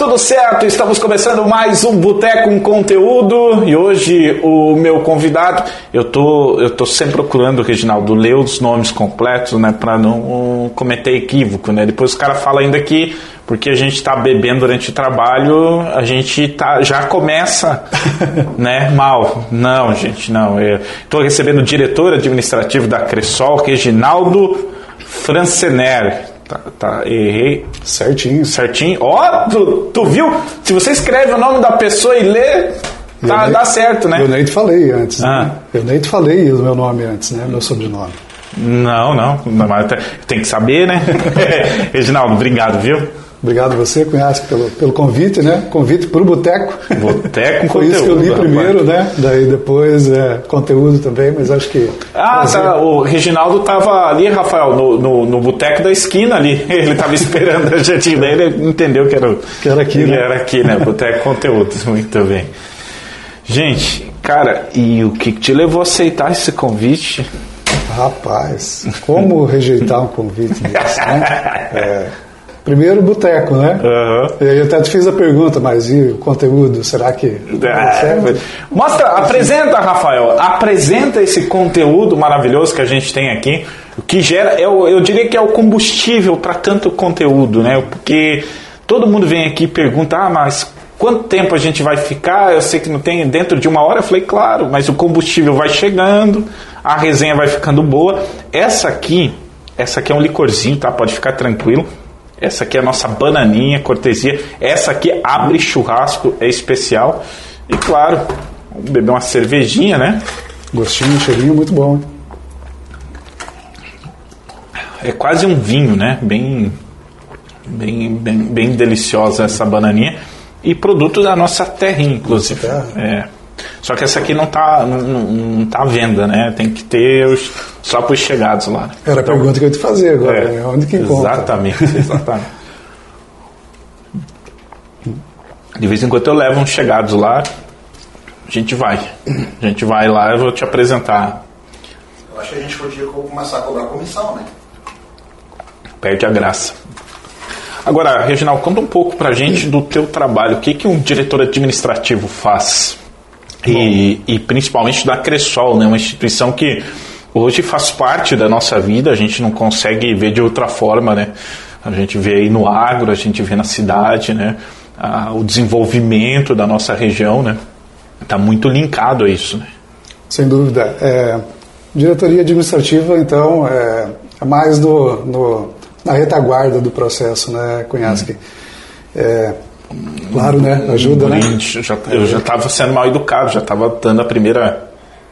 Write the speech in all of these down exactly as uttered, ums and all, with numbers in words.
tudo certo? Estamos começando mais um Boteco com Conteúdo e hoje o meu convidado, eu tô, eu tô sempre procurando, Reginaldo, ler os nomes completos, né, para não cometer equívoco, né? Depois o cara fala ainda que porque a gente está bebendo durante o trabalho, a gente tá, já começa né, mal. Não, gente, não. Estou recebendo o diretor administrativo da Cressol, Reginaldo Francener. Tá, tá, errei. Certinho. Certinho. Ó, oh, tu, tu viu? Se você escreve o nome da pessoa e lê, tá, nem, dá certo, né? Eu nem te falei antes. Ah. Né? Eu nem te falei o meu nome antes, né? Meu sobrenome. Não, não. Mas tem que saber, né? Reginaldo, obrigado, viu? Obrigado a você, Cunhasco, pelo, pelo convite, né? Convite para o Boteco. Boteco com Foi conteúdo. isso que eu li rapaz. primeiro, né? Daí depois é, conteúdo também, mas acho que... Ah, tá, o Reginaldo estava ali, Rafael, no, no, no boteco da esquina ali. Ele estava esperando a gente, daí ele entendeu que era, que era aqui, que né? era aqui, né? Boteco Conteúdo. Muito bem. Gente, cara, e o que te levou a aceitar esse convite? Rapaz, como rejeitar um convite desse, né? É... Primeiro, boteco, né? Uhum. Eu até te fiz a pergunta, mas e o conteúdo? Será que... É, mostra, apresenta, Rafael, apresenta esse conteúdo maravilhoso que a gente tem aqui, o que gera, eu, eu diria que é o combustível para tanto conteúdo, né? Porque todo mundo vem aqui e pergunta, ah, mas quanto tempo a gente vai ficar? Eu sei que não tem, dentro de uma hora. Eu falei, claro, mas o combustível vai chegando, a resenha vai ficando boa. Essa aqui, essa aqui é um licorzinho, tá? Pode ficar tranquilo. Essa aqui é a nossa bananinha, cortesia. Essa aqui abre churrasco, é especial. E claro, vamos beber uma cervejinha, né? Gostinho, cheirinho, muito bom. Hein? É quase um vinho, né? Bem, bem, bem, bem deliciosa essa bananinha. E produto da nossa terrinha, inclusive. Nossa terra. É. Só que essa aqui não está não, não tá à venda, né? Tem que ter os, só para os chegados lá. Era então, a pergunta que eu ia te fazer agora, é, né? Onde que encontra? Exatamente, exatamente. De vez em quando eu levo uns chegados lá, a gente vai. A gente vai lá, eu vou te apresentar. Eu acho que a gente podia começar a cobrar comissão, né? Perde a graça. Agora, Reginaldo, conta um pouco pra gente do teu trabalho. O que, que um diretor administrativo faz? E, e principalmente da Cressol, né? Uma instituição que hoje faz parte da nossa vida, a gente não consegue ver de outra forma, né? A gente vê aí no agro, a gente vê na cidade, né? Ah, o desenvolvimento da nossa região, né? Está muito linkado a isso, né? Sem dúvida. É, diretoria administrativa, então, é, é mais do, no, na retaguarda do processo, né, Cunhasco? Hum. É, claro, né? Ajuda, né? Já, eu já estava sendo mal educado, já estava dando a primeira...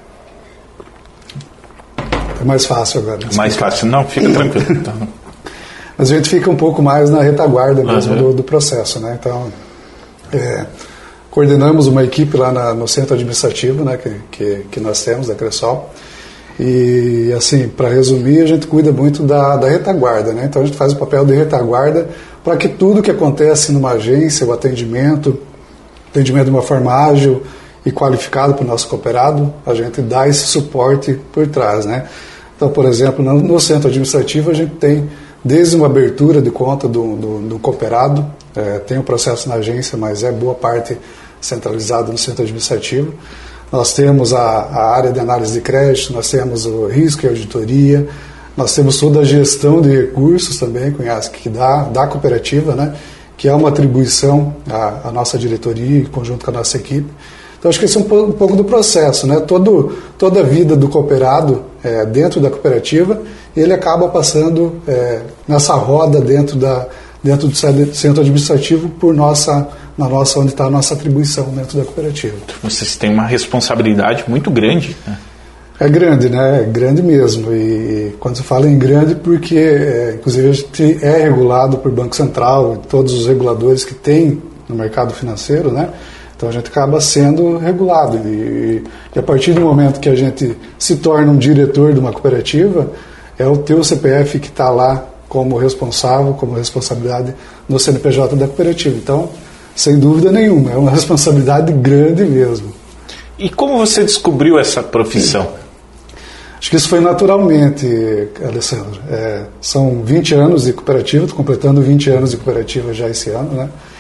É mais fácil agora. Mais fácil. Não, fica tranquilo. Então. Mas a gente fica um pouco mais na retaguarda mesmo uhum. do, do processo, né? Então, é, coordenamos uma equipe lá na, no centro administrativo, né? Que, que, que nós temos, da Cressol. E, assim, para resumir, a gente cuida muito da, da retaguarda, né? Então, a gente faz o papel de retaguarda para que tudo que acontece numa agência, o atendimento, atendimento de uma forma ágil e qualificado para o nosso cooperado, a gente dá esse suporte por trás, né? Então, por exemplo, no, no centro administrativo, a gente tem desde uma abertura de conta do, do, do cooperado, é, tem o processo na agência, mas é boa parte centralizado no centro administrativo. Nós temos a, a área de análise de crédito, nós temos o risco e auditoria, nós temos toda a gestão de recursos também, que dá da cooperativa, né, que é uma atribuição à, à nossa diretoria, em conjunto com a nossa equipe. Então, acho que esse é um pouco, um pouco do processo, né? Todo, toda a vida do cooperado é, dentro da cooperativa, ele acaba passando é, nessa roda dentro, da, dentro do centro administrativo por nossa, na nossa, onde está a nossa atribuição dentro da cooperativa. Vocês têm uma responsabilidade muito grande, né? É grande, né? É grande mesmo. E quando se fala em grande, porque, é, inclusive, a gente é regulado por Banco Central, todos os reguladores que tem no mercado financeiro, né? Então a gente acaba sendo regulado. E, e a partir do momento que a gente se torna um diretor de uma cooperativa, é o teu C P F que está lá como responsável, como responsabilidade no C N P J da cooperativa. Então, sem dúvida nenhuma, é uma responsabilidade grande mesmo. E como você descobriu essa profissão? Acho que isso foi naturalmente, Alessandro. É, são vinte anos de cooperativa, estou completando vinte anos de cooperativa já esse ano, né?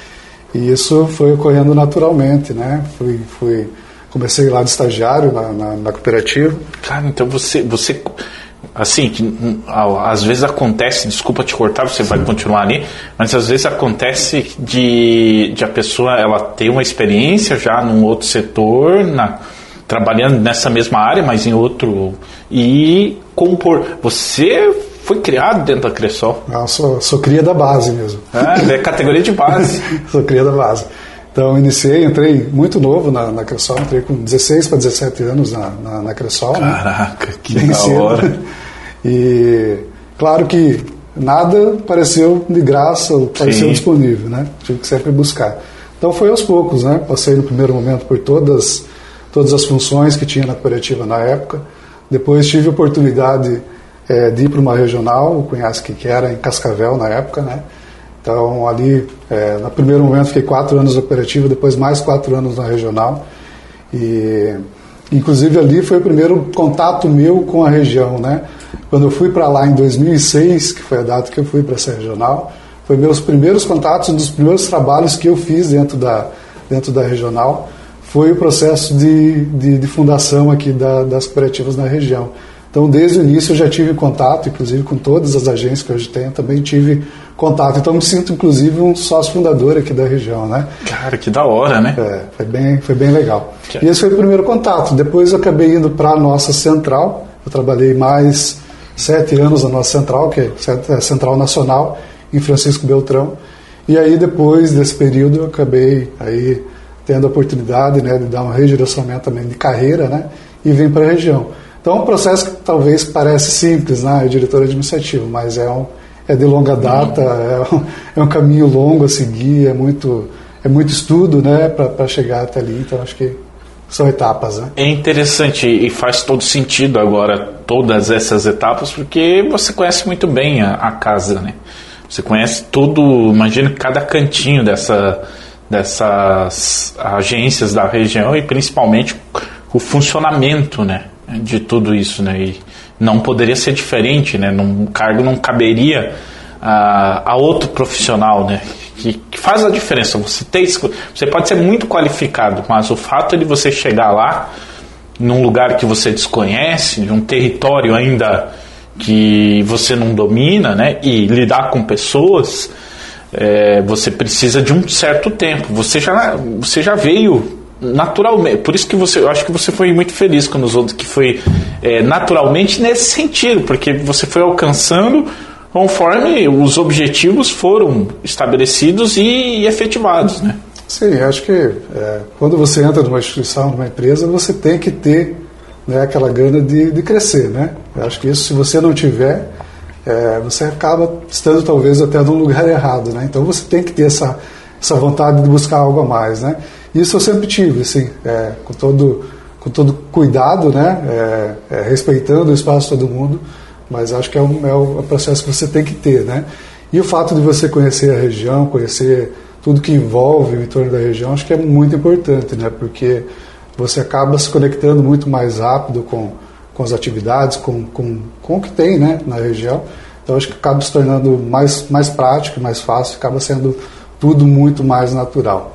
E isso foi ocorrendo naturalmente, né? Fui, fui, comecei lá de estagiário na, na, na cooperativa. Cara, então você, você assim, que, às vezes acontece, desculpa te cortar, você Sim. vai continuar ali, mas às vezes acontece de, de a pessoa ela ter uma experiência já num outro setor, na, trabalhando nessa mesma área, mas em outro, e compor. Você foi criado dentro da Cressol? Não, sou, sou cria da base mesmo. Ah, é categoria de base. Sou cria da base. Então, iniciei, entrei muito novo na, na Cressol, entrei com dezesseis para dezessete anos na, na, na Cressol. Caraca, né? Que Bem da cedo. hora. E, claro que nada pareceu de graça, pareceu Sim. disponível, né? Tive que sempre buscar. Então, foi aos poucos, né? Passei no primeiro momento por todas, todas as funções que tinha na cooperativa na época. Depois tive a oportunidade é, de ir para uma regional, o Cunhasque, que era em Cascavel na época, né? Então, ali, é, no primeiro momento, fiquei quatro anos na cooperativa, depois mais quatro anos na regional. E, inclusive, ali foi o primeiro contato meu com a região, né? Quando eu fui para lá em dois mil e seis, que foi a data que eu fui para essa regional, foi meus primeiros contatos, um dos primeiros trabalhos que eu fiz dentro da, dentro da regional, foi o processo de, de, de fundação aqui da, das cooperativas na região. Então, desde o início eu já tive contato, inclusive com todas as agências que hoje tenho, também tive contato. Então, me sinto, inclusive, um sócio fundador aqui da região, né? Cara, que da hora, né? É, foi bem, foi bem legal. Que... E esse foi o primeiro contato. Depois eu acabei indo para a nossa central. Eu trabalhei mais sete anos na nossa central, que é a Central Nacional, em Francisco Beltrão. E aí, depois desse período, eu acabei aí tendo a oportunidade, né, de dar um redirecionamento também de carreira, né? E vim para a região. Então, é um processo que talvez parece simples, né? É diretor administrativo, mas é, um, é de longa data, é um, é um caminho longo a seguir, é muito, é muito estudo, né, para chegar até ali. Então, acho que são etapas, né? É interessante e faz todo sentido agora todas essas etapas, porque você conhece muito bem a, a casa, né? Você conhece tudo, imagina cada cantinho dessa, dessas agências da região e principalmente o funcionamento, né, de tudo isso, né? E não poderia ser diferente, né? Um cargo não caberia a, a outro profissional, né? Que, que faz a diferença. Você tem, você pode ser muito qualificado, mas o fato de você chegar lá num lugar que você desconhece, num território ainda que você não domina, né? E lidar com pessoas, é, você precisa de um certo tempo. Você já, você já veio naturalmente, por isso que você, eu acho que você foi muito feliz com os outros, que foi é, naturalmente nesse sentido, porque você foi alcançando conforme os objetivos foram estabelecidos e, e efetivados, né? Sim, acho que é, quando você entra numa instituição, numa empresa, você tem que ter, né, aquela gana de, de crescer, né? Eu acho que isso, se você não tiver, é, você acaba estando talvez até num lugar errado, né? Então você tem que ter essa, essa vontade de buscar algo a mais, né? Isso eu sempre tive, assim, é, com, todo, com todo cuidado, né? É, é, respeitando o espaço de todo mundo, mas acho que é um, é um processo que você tem que ter, né? E o fato de você conhecer a região, conhecer tudo que envolve o entorno da região, acho que é muito importante, né? Porque você acaba se conectando muito mais rápido com, com as atividades, com, com, com o que tem, né, na região. Então acho que acaba se tornando mais, mais prático, mais fácil, acaba sendo tudo muito mais natural.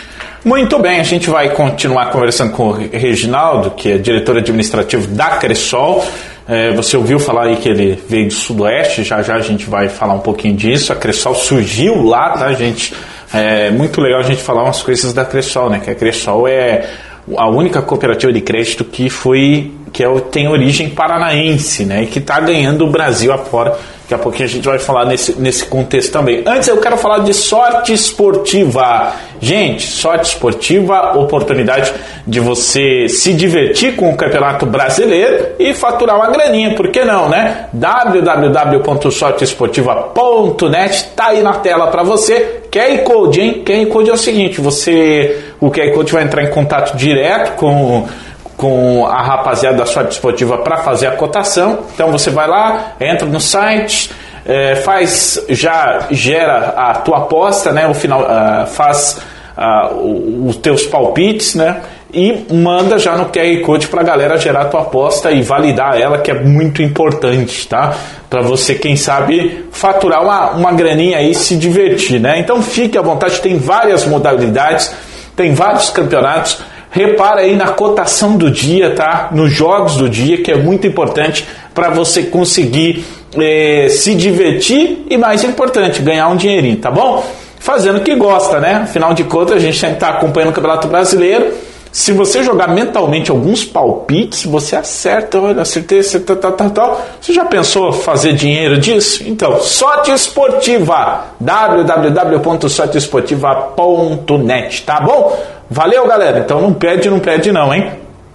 Muito bem, a gente vai continuar conversando com o Reginaldo, que é diretor administrativo da Cressol. É, você ouviu falar aí que ele veio do Sudoeste, já já a gente vai falar um pouquinho disso. A Cressol surgiu lá, tá, gente? É muito legal a gente falar umas coisas da Cressol, né? Que a Cressol é a única cooperativa de crédito que foi, que é, tem origem paranaense, né? E que está ganhando o Brasil afora. Daqui a pouquinho a gente vai falar nesse, nesse contexto também. Antes eu quero falar de sorte esportiva. Gente, sorte esportiva, oportunidade de você se divertir com o Campeonato Brasileiro e faturar uma graninha, por que não, né? w w w ponto sorte esportiva ponto net tá aí na tela para você. Q R Code, hein? Q R Code é o seguinte, você, o Q R Code vai entrar em contato direto com com a rapaziada da Sorte Esportiva para fazer a cotação. Então você vai lá, entra no site, é, faz, já gera a tua aposta, né? O final, uh, faz uh, os teus palpites, né? e manda já no Q R Code para a galera gerar a tua aposta e validar ela, que é muito importante, tá? Para você, quem sabe, faturar uma, uma graninha aí e se divertir, né? Então fique à vontade, tem várias modalidades, tem vários campeonatos. Repara aí na cotação do dia, tá? Nos jogos do dia, que é muito importante para você conseguir eh, se divertir e, mais importante, ganhar um dinheirinho, tá bom? Fazendo o que gosta, né? Afinal de contas, a gente tem que estar acompanhando o Campeonato Brasileiro. Se você jogar mentalmente alguns palpites, você acerta, olha, acertei, acertei, tal, tal, tal. Você já pensou fazer dinheiro disso? Então, Sorte Esportiva, w w w ponto sorte esportiva ponto net, tá bom? Valeu, galera. Então não perde, não perde não, hein?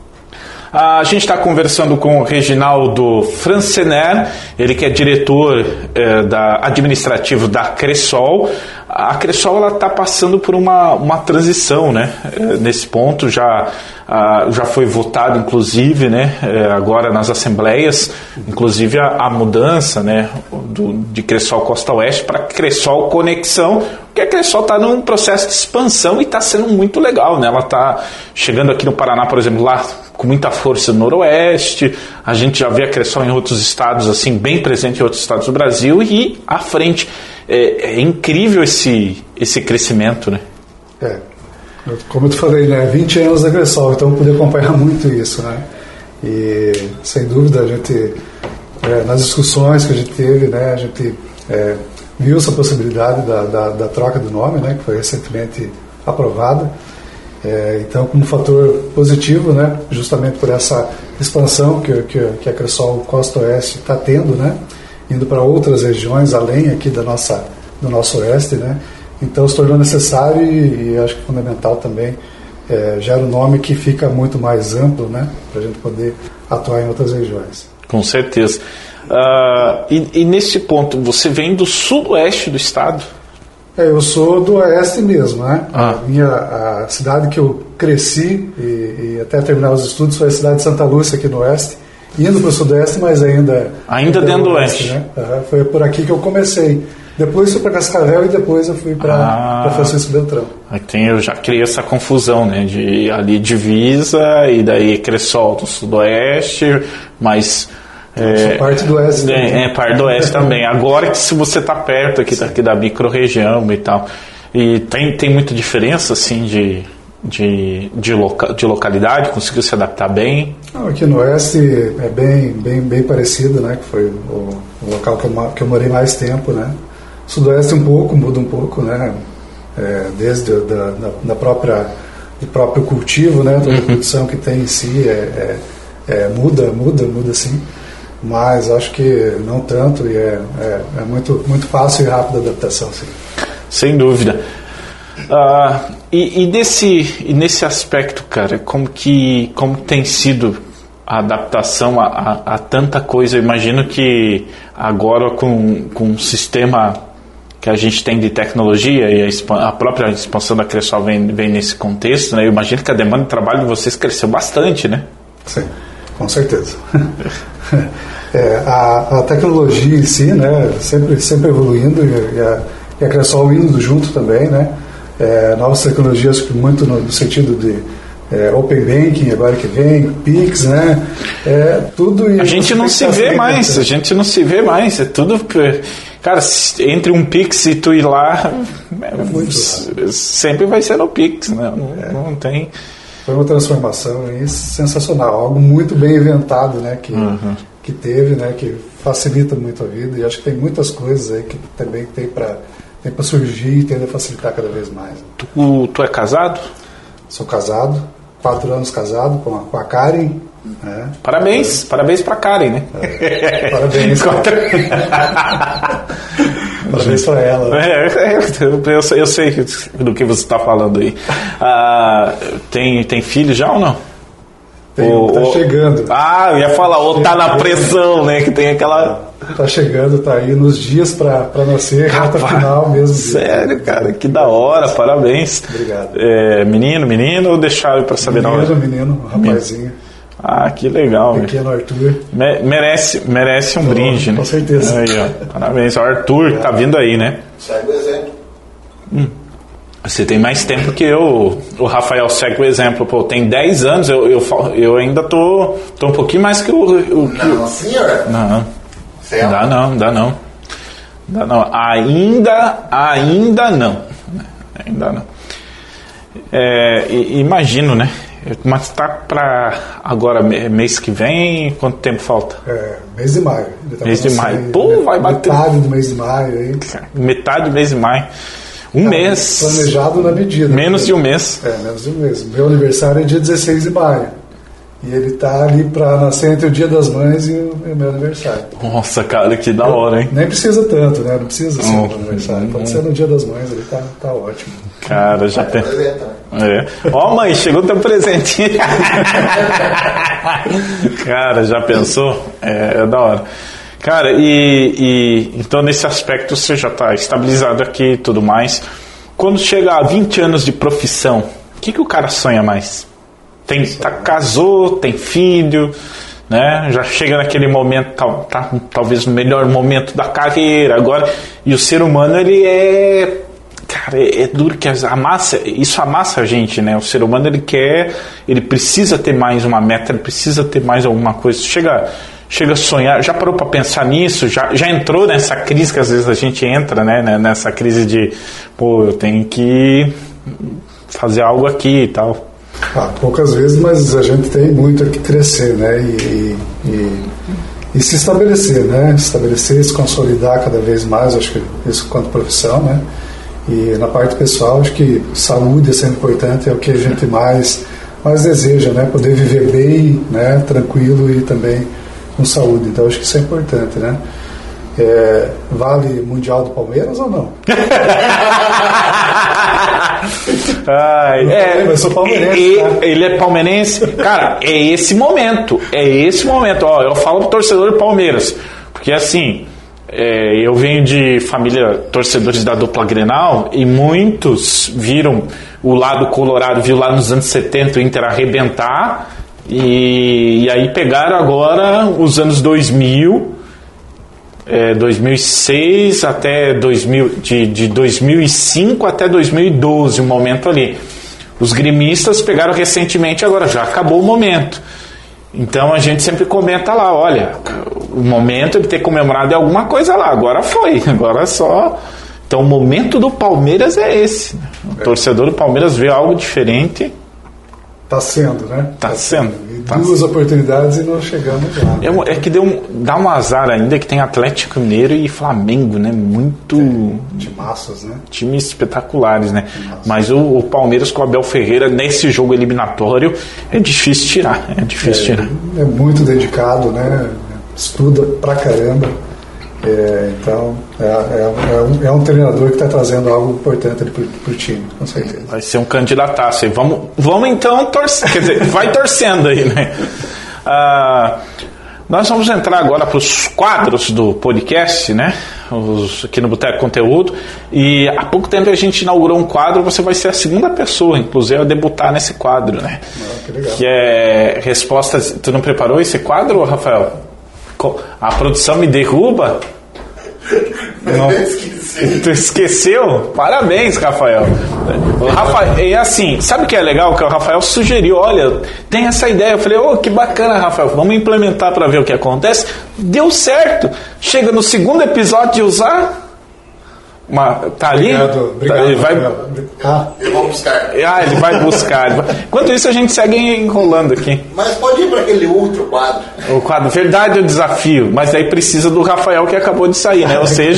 A gente está conversando com o Reginaldo Francener, ele que é diretor eh, da, administrativo da Cressol. A Cressol está passando por uma, uma transição, né? Eh, nesse ponto já, ah, já foi votado, inclusive, né? Eh, agora nas assembleias, inclusive a, a mudança, né? Do, de Cressol Costa Oeste para Cressol Conexão, porque a Cressol está num processo de expansão e está sendo muito legal, né? Ela está chegando aqui no Paraná, por exemplo, lá com muita força no Noroeste. A gente já vê a Cressol em outros estados, assim, bem presente em outros estados do Brasil e à frente. É, é incrível esse, esse crescimento, né? É, como eu te falei, né? vinte anos da Cressol, então eu pude acompanhar muito isso, né? E sem dúvida a gente, é, nas discussões que a gente teve, né? A gente é, viu essa possibilidade da, da, da troca do nome, né? Que foi recentemente aprovada. É, então, como fator positivo, né, justamente por essa expansão que, que, que a Cressol Costa Oeste está tendo, né, indo para outras regiões além aqui da nossa, do nosso oeste, né, então se tornou necessário e, e acho que fundamental também, é, gera um nome que fica muito mais amplo, né, para a gente poder atuar em outras regiões. Com certeza. Uh, e, e nesse ponto, você vem do sudoeste do estado? É, eu sou do oeste mesmo, né? Ah. A, minha, a cidade que eu cresci e, e até terminar os estudos foi a cidade de Santa Lúcia, aqui no oeste, indo para o sudeste, mas ainda... Ainda dentro do oeste. Né? Uhum, foi por aqui que eu comecei. Depois fui para Cascavel e depois eu fui para ah. Francisco Beltrão. Então eu já criei essa confusão, né? De ali divisa e daí Cressol do sudoeste, mas... É, parte do oeste é, também. É, parte do oeste também. Agora que se você está perto aqui, aqui da micro-região e tal. E tem, tem muita diferença, assim, de, de, de, loca, de localidade? Conseguiu se adaptar bem? Não, aqui no oeste é bem, bem, bem parecido, né? Que foi o, o local que eu, que eu morei mais tempo, né? Sudoeste um pouco, muda um pouco, né? É, desde da, da, da própria, do próprio cultivo, né? Toda a produção que tem em si é, é, é, muda, muda, muda sim. Mas acho que não tanto e é, é, é muito, muito fácil e rápida a adaptação, sim. Sem dúvida. Uh, e, e, desse, e nesse aspecto, cara, como que como tem sido a adaptação a, a, a tanta coisa? Eu imagino que agora com, com o sistema que a gente tem de tecnologia e a, a própria expansão da Cressol vem, vem nesse contexto, né? Eu imagino que a demanda de trabalho de vocês cresceu bastante, né? Sim, com certeza. É, a, a tecnologia em si, né, sempre, sempre evoluindo e a, e a Cressol indo junto também, né, é, novas tecnologias muito no, no sentido de é, Open Banking agora que vem, Pix, né, é, tudo... A gente não se vê mais, a gente não se vê mais, é tudo... Cara, entre um Pix e tu ir lá, é muito sempre vai ser no Pix, né, não, é. não tem... Foi uma transformação aí sensacional, algo muito bem inventado, né, que, uhum. que teve, né, que facilita muito a vida, e acho que tem muitas coisas aí que também tem para tem para surgir e tende a facilitar cada vez mais. Tu, tu é casado? Sou casado, quatro anos casado com a, com a Karen. Né? Parabéns, é. parabéns para Karen, né? É. Parabéns. Parabéns para ela. É, eu, eu, eu sei do que você está falando aí. Ah, tem, tem filho já ou não? Tem, ou, tá ou, chegando. Ah, eu ia falar, ou tá na pressão, né? Que tem aquela... Tá chegando, tá aí nos dias para nascer, reta final mesmo. Sério, cara, que da hora, parabéns. Obrigado. É, menino, menino ou deixaram para saber menino, na hora? Menino, menino, rapazinho. Ah, que legal. Pequeno Arthur. Me, merece, merece um oh, brinde, né? Com certeza. Aí, ó, parabéns. O Arthur que tá vindo aí, né? Segue o exemplo. Hum. Você tem mais tempo que eu. O Rafael segue o exemplo. Pô, tem dez anos, eu, eu, eu ainda tô, tô um pouquinho mais que o... o que não, senhor. Não. Certo. Dá não, dá não. Dá não. Ainda, ainda não. Ainda não. É, imagino, né? Mas tá para agora, mês que vem, quanto tempo falta? É, mês de maio. Tá mês de maio. Aí, Pô, vai bater. Metade do mês de maio. Aí. Metade do mês de maio. Um tá mês. Planejado na medida. Menos né? de um mês. É, menos de um mês. Meu aniversário é dia dezesseis de maio. E ele tá ali para nascer entre o Dia das Mães e o, e o meu aniversário. Nossa, cara, que da hora, hein? Nem precisa tanto, né? Não precisa ser oh, no aniversário. Pode oh. ser no Dia das Mães, ele tá, tá ótimo. Cara, já tem. É. Ó, mãe, chegou teu presente. Cara, já pensou? É, é da hora. Cara, e, e então nesse aspecto você já está estabilizado aqui e tudo mais. Quando chega a vinte anos de profissão, o que, que o cara sonha mais? Tem, tá, casou, tem filho, né? Já chega naquele momento, tá, tá, talvez no melhor momento da carreira agora. E o ser humano, ele é... Cara, é, é duro que amassa, isso amassa a gente, né? O ser humano, ele quer, ele precisa ter mais uma meta, ele precisa ter mais alguma coisa. Chega... Chega a sonhar, já parou para pensar nisso? Já, já entrou nessa crise que às vezes a gente entra, né? Nessa crise de, pô, eu tenho que fazer algo aqui e tal. Ah, poucas vezes, mas a gente tem muito que crescer, né? E, e, e se estabelecer, né? Estabelecer, se consolidar cada vez mais, acho que isso quanto profissão, né? E na parte pessoal, acho que saúde é sempre importante, é o que a gente mais, mais deseja, né? Poder viver bem, né? Tranquilo e também com saúde, então acho que isso é importante, né? É, vale Mundial do Palmeiras ou não? Ai, é, eu sou palmeirense. E, né? Ele é palmeirense. Cara, é esse momento. É esse momento. Ó, eu falo pro torcedor do Palmeiras. Porque assim, é, eu venho de família torcedores da dupla Grenal e muitos viram o lado colorado, viu lá nos anos setenta o Inter arrebentar. E, e aí pegaram agora os anos dois mil, é, dois mil e seis até dois mil, de, de dois mil e cinco até dois mil e doze, um momento ali. Os gremistas pegaram recentemente, agora já acabou o momento. Então a gente sempre comenta lá, olha, o momento de ter comemorado é alguma coisa lá, agora foi, agora só. Então o momento do Palmeiras é esse. O torcedor do Palmeiras vê algo diferente. Está sendo, né? Está tá sendo. E tá duas sendo. oportunidades e não chegamos lá. É, é que deu um, dá um azar ainda que tem Atlético Mineiro e Flamengo, né? Muito... É, de massas, né? Times espetaculares, né? Mas o, o Palmeiras com o Abel Ferreira nesse jogo eliminatório é difícil tirar. É difícil é, tirar. É muito dedicado, né? Estuda pra caramba. É, então, é, é, é, um, é um treinador que está trazendo algo importante para o time, com certeza. Vai ser um candidataço. Vamos, vamos então torcer. Quer dizer, vai torcendo aí, né? Ah, nós vamos entrar agora para os quadros do podcast, né? Os, aqui no Boteco Conteúdo. E há pouco tempo a gente inaugurou um quadro. Você vai ser a segunda pessoa, inclusive, a debutar nesse quadro, né? Ah, que legal. Que é respostas. Tu não preparou esse quadro, Rafael? A produção me derruba? Não. Tu esqueceu? Parabéns, Rafael. O Rafael, e assim, sabe o que é legal? Que o Rafael sugeriu, olha, tem essa ideia. Eu falei, oh, que bacana, Rafael, vamos implementar para ver o que acontece. Deu certo. Chega no segundo episódio de usar. Uma, tá ali? Obrigado, obrigado. Tá, ele vai... Ah, eu vou buscar. Ah, ele vai buscar. Ele vai... Enquanto isso, a gente segue enrolando aqui. Mas pode ir para aquele outro quadro. O quadro Verdade ou Desafio? Mas aí precisa do Rafael que acabou de sair, né? Ou seja,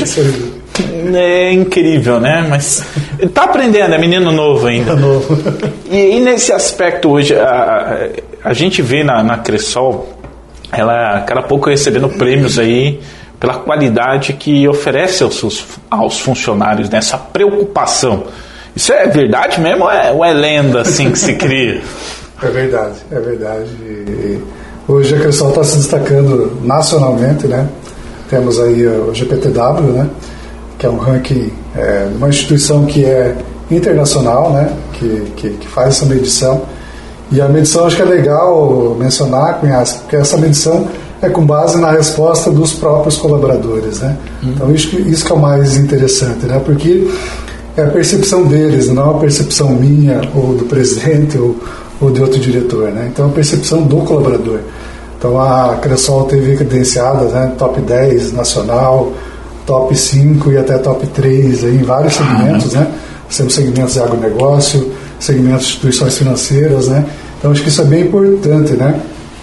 é incrível, né? Mas tá aprendendo, é menino novo ainda. É novo. E, e nesse aspecto hoje, a, a, a gente vê na, na Cressol, ela, cada pouco recebendo prêmios aí, pela qualidade que oferece aos, seus, aos funcionários, nessa preocupação. Isso é verdade mesmo ou é, ou é lenda assim que se cria? É verdade, é verdade. E hoje a Cressol está se destacando nacionalmente, né? Temos aí o G P T W, né? Que é um ranking, é, uma instituição que é internacional, né? Que, que, que faz essa medição. E a medição, acho que é legal mencionar, Cunhasco, porque essa medição é com base na resposta dos próprios colaboradores, né? Hum. Então isso, isso que é o mais interessante, né? Porque é a percepção deles, não a percepção minha ou do presidente ou, ou de outro diretor, né? Então a percepção do colaborador. Então a Cressol teve credenciadas, né, top dez nacional, top cinco e até top três aí, em vários segmentos, né? Temos segmentos de agronegócio, segmentos de instituições financeiras, né? Então acho que isso é bem importante, né?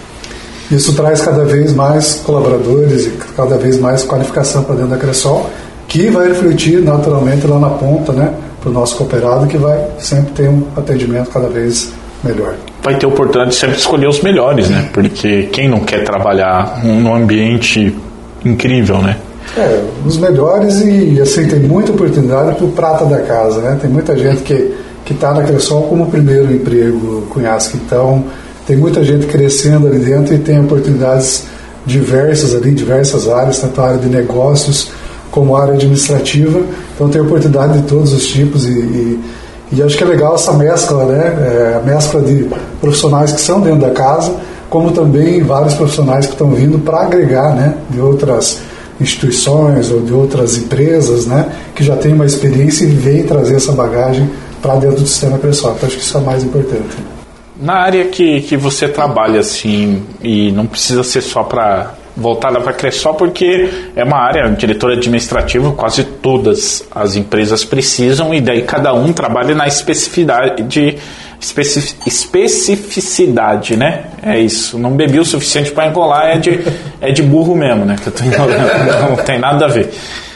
Isso traz cada vez mais colaboradores e cada vez mais qualificação para dentro da Cressol, que vai refletir naturalmente lá na ponta, né, para o nosso cooperado, que vai sempre ter um atendimento cada vez melhor. Vai ter oportunidade de sempre escolher os melhores, né? Porque quem não quer trabalhar num ambiente incrível, né? É, os melhores e assim, tem muita oportunidade para o prata da casa, né? Tem muita gente que que está na Cressol como primeiro emprego, Cunhasco. Então, tem muita gente crescendo ali dentro e tem oportunidades diversas ali, diversas áreas, tanto a área de negócios como a área administrativa. Então, tem oportunidade de todos os tipos e, e, e acho que é legal essa mescla, né? É, a mescla de profissionais que são dentro da casa, como também vários profissionais que estão vindo para agregar, né, de outras instituições ou de outras empresas, né, que já têm uma experiência e vêm trazer essa bagagem para dentro do sistema Cressol. Então acho que isso é mais importante. Na área que, que você trabalha, assim, e não precisa ser só para voltada para Cressol, porque é uma área, diretor administrativo, quase todas as empresas precisam, e daí cada um trabalha na especificidade, especi, especificidade, né? É isso. Não bebi o suficiente para enrolar, é de, é de burro mesmo, né? Que eu tô enrolando, não tem nada a ver.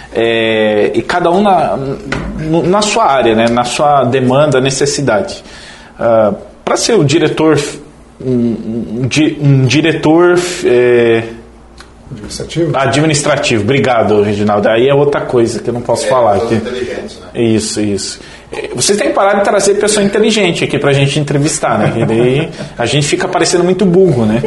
É, e cada um na, na sua área, né, na sua demanda, necessidade. Uh, para ser o diretor, um, um, um diretor é, administrativo? administrativo, obrigado, Reginaldo. Aí é outra coisa que eu não posso é, falar aqui. Inteligentes, né? Isso, isso. Vocês têm que parar de trazer pessoa inteligente aqui pra gente entrevistar, né? E daí a gente fica parecendo muito burro, né?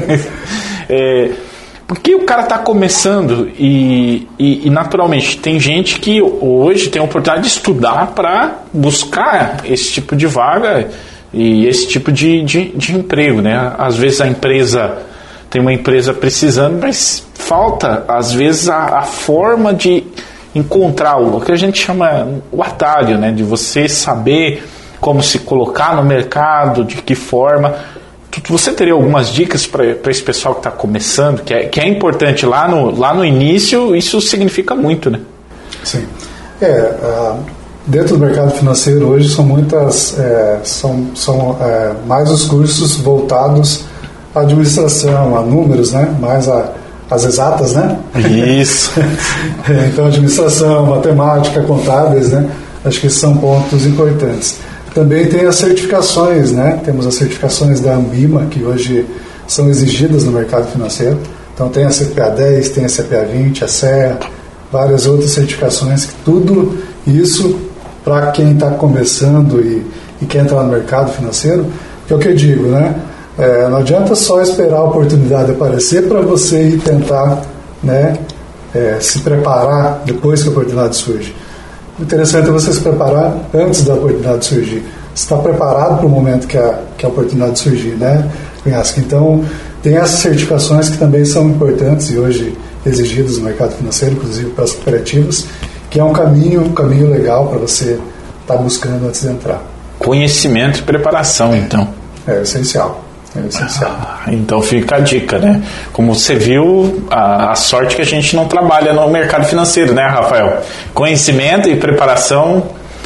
é, Porque o cara está começando e, e, e, naturalmente, tem gente que hoje tem a oportunidade de estudar para buscar esse tipo de vaga e esse tipo de, de, de emprego, né? Às vezes a empresa, tem uma empresa precisando, mas falta, às vezes, a, a forma de encontrar o que a gente chama o atalho, né? De você saber como se colocar no mercado, de que forma. Você teria algumas dicas para esse pessoal que está começando, que é, que é importante lá no, lá no início, isso significa muito, né? Sim. É, uh, dentro do mercado financeiro hoje são muitas, é, são, são é, mais os cursos voltados à administração, a números, né? Mais a, as exatas, né? Isso. Então, administração, matemática, contábeis, né? Acho que esses são pontos importantes. Também tem as certificações, né? Temos as certificações da Ambima, que hoje são exigidas no mercado financeiro. Então tem a C P A dez, tem a C P A vinte, a C E A, várias outras certificações. Tudo isso para quem está começando e, e quer entrar no mercado financeiro, que é o que eu digo, né? É, não adianta só esperar a oportunidade aparecer para você ir tentar, né, é, se preparar depois que a oportunidade surge. O interessante é você se preparar antes da oportunidade surgir. Você está preparado para o momento que a, que a oportunidade surgir, né, Cunhasco? Então, tem essas certificações que também são importantes e hoje exigidas no mercado financeiro, inclusive para as cooperativas, que é um caminho, um caminho legal para você estar buscando antes de entrar. Conhecimento e preparação, então. É essencial. É essencial. Ah, então fica a dica, né? Como você viu, a, a sorte que a gente não trabalha no mercado financeiro, né, Rafael? Conhecimento e preparação.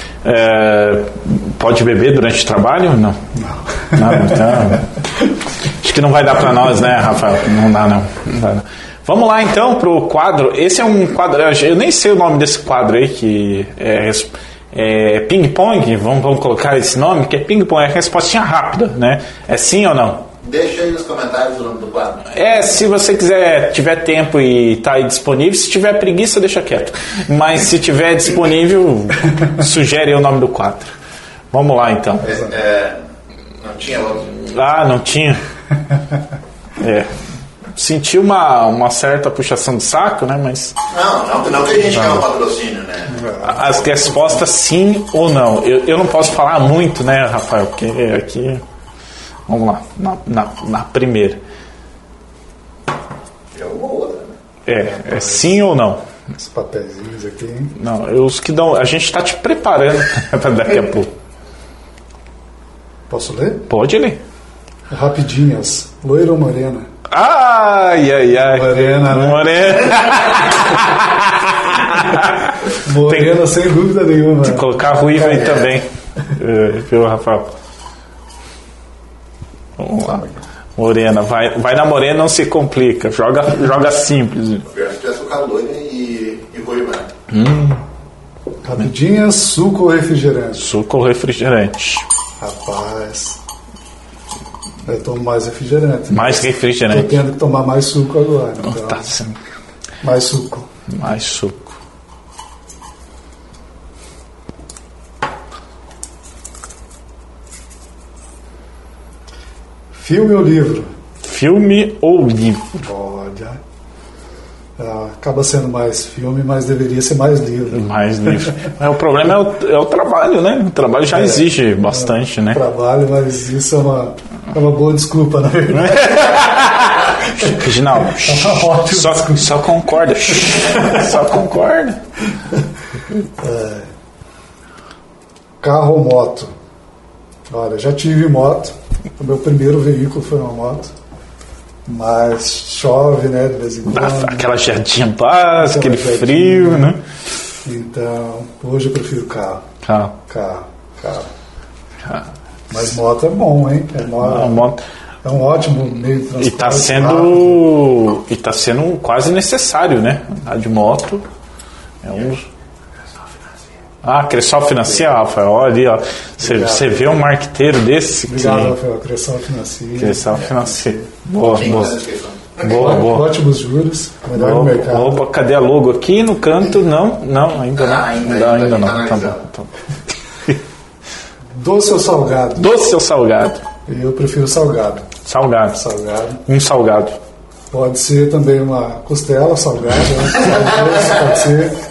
É, pode beber durante o trabalho? Não. Não. Não, então, acho que não vai dar para nós, né, Rafael? Não dá, não. Não dá, não. Vamos lá, então, para o quadro. Esse é um quadro, eu nem sei o nome desse quadro aí, que é... É ping-pong, vamos, vamos colocar esse nome, que é ping-pong, é respostinha rápida, né? É sim ou não? Deixa aí nos comentários o nome do quadro. É, se você quiser, tiver tempo e tá aí disponível, se tiver preguiça, deixa quieto. Mas se tiver disponível, sugere o nome do quadro. Vamos lá, então. É, é, não tinha outro? Ah, não tinha? É. Senti uma, uma certa puxação de saco, né? Mas... Não, não, não que a gente quer um patrocínio, né? As respostas sim ou não. Eu, eu não posso falar muito, né, Rafael? Porque aqui... Vamos lá, na, na, na primeira. É uma ou outra, né? É, é sim ou não? Esses papeizinhos aqui, hein? Não, os que dão. A gente está te preparando para daqui a pouco. Posso ler? Pode ler. Rapidinhas. Loira ou morena? Ai, ai, ai. Morena, né? Morena. Morena, tem, sem dúvida nenhuma. Tem que colocar ruiva aí também. É, viu, Rafael? Vamos lá. Morena. Vai, vai na morena, não se complica. Joga, joga simples. Eu acho que é açúcar loira e, e ruiva. Hum. Rapidinhas, suco ou refrigerante? Suco ou refrigerante? Rapaz, eu tomo mais refrigerante. Mais refrigerante. Estou tendo que tomar mais suco agora. Então, tá sim. Mais suco. Mais suco. Filme ou livro? Filme ou livro? Olha, ah, acaba sendo mais filme, mas deveria ser mais livro. Mais livro. Mas o problema é o, é o trabalho, né? O trabalho já é, exige bastante, é, né? Trabalho, mas isso é uma, é uma boa desculpa, na verdade. Reginaldo, é só, só concorda. Só concorda. É. Carro ou moto? Olha, já tive moto. O meu primeiro veículo foi uma moto. Mas chove, né, de vez em quando. Aquela jardinha básica, aquele jardinha, frio, né? Então, hoje eu prefiro carro. Carro. Carro, carro. carro. Mas moto é bom, hein? É, moto, ah, moto. é um ótimo meio de transporte. E está sendo, e tá sendo quase necessário, né? Andar de moto é um... Ah, Cressol financia, Rafael. Olha ali, ó. Você vê um marqueteiro desse. Obrigado, que... Rafael. Cressol financia. Cressol financia. Boa, boa. Boa, boa. Ótimos juros. Melhor no mercado. Opa, cadê a logo aqui no canto? Não, não, ainda não. Ainda, ainda não. Tá bom. Tá bom. Doce ou salgado? Doce ou salgado? Eu prefiro salgado. Salgado. Salgado. Um salgado. Pode ser também uma costela salgada, né? Salgado, pode ser.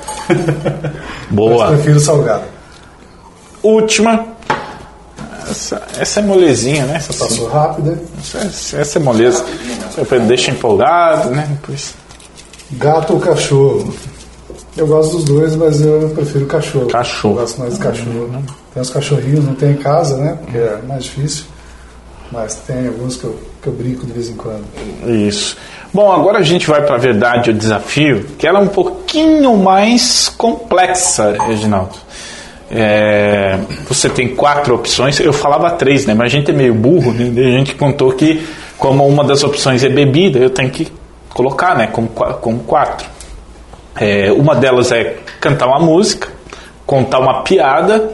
Boa. Mas prefiro salgado. Última. Essa, essa é molezinha, né? Essa passou rápida. Essa, essa é moleza. Deixa empolgado, né? Depois. Gato ou cachorro? Eu gosto dos dois, mas eu prefiro cachorro. Cachorro. Eu gosto mais de cachorro. Tem uns cachorrinhos, não tem em casa, né? Porque é mais difícil. Mas tem alguns que eu, que eu brinco de vez em quando. Isso. Bom, agora a gente vai para a verdade, o desafio, que ela é um pouquinho mais complexa, Reginaldo. É, você tem quatro opções, eu falava três, né? Mas a gente é meio burro, né? A gente contou que, como uma das opções é bebida, eu tenho que colocar, né? Como, como quatro. É, uma delas é cantar uma música, contar uma piada,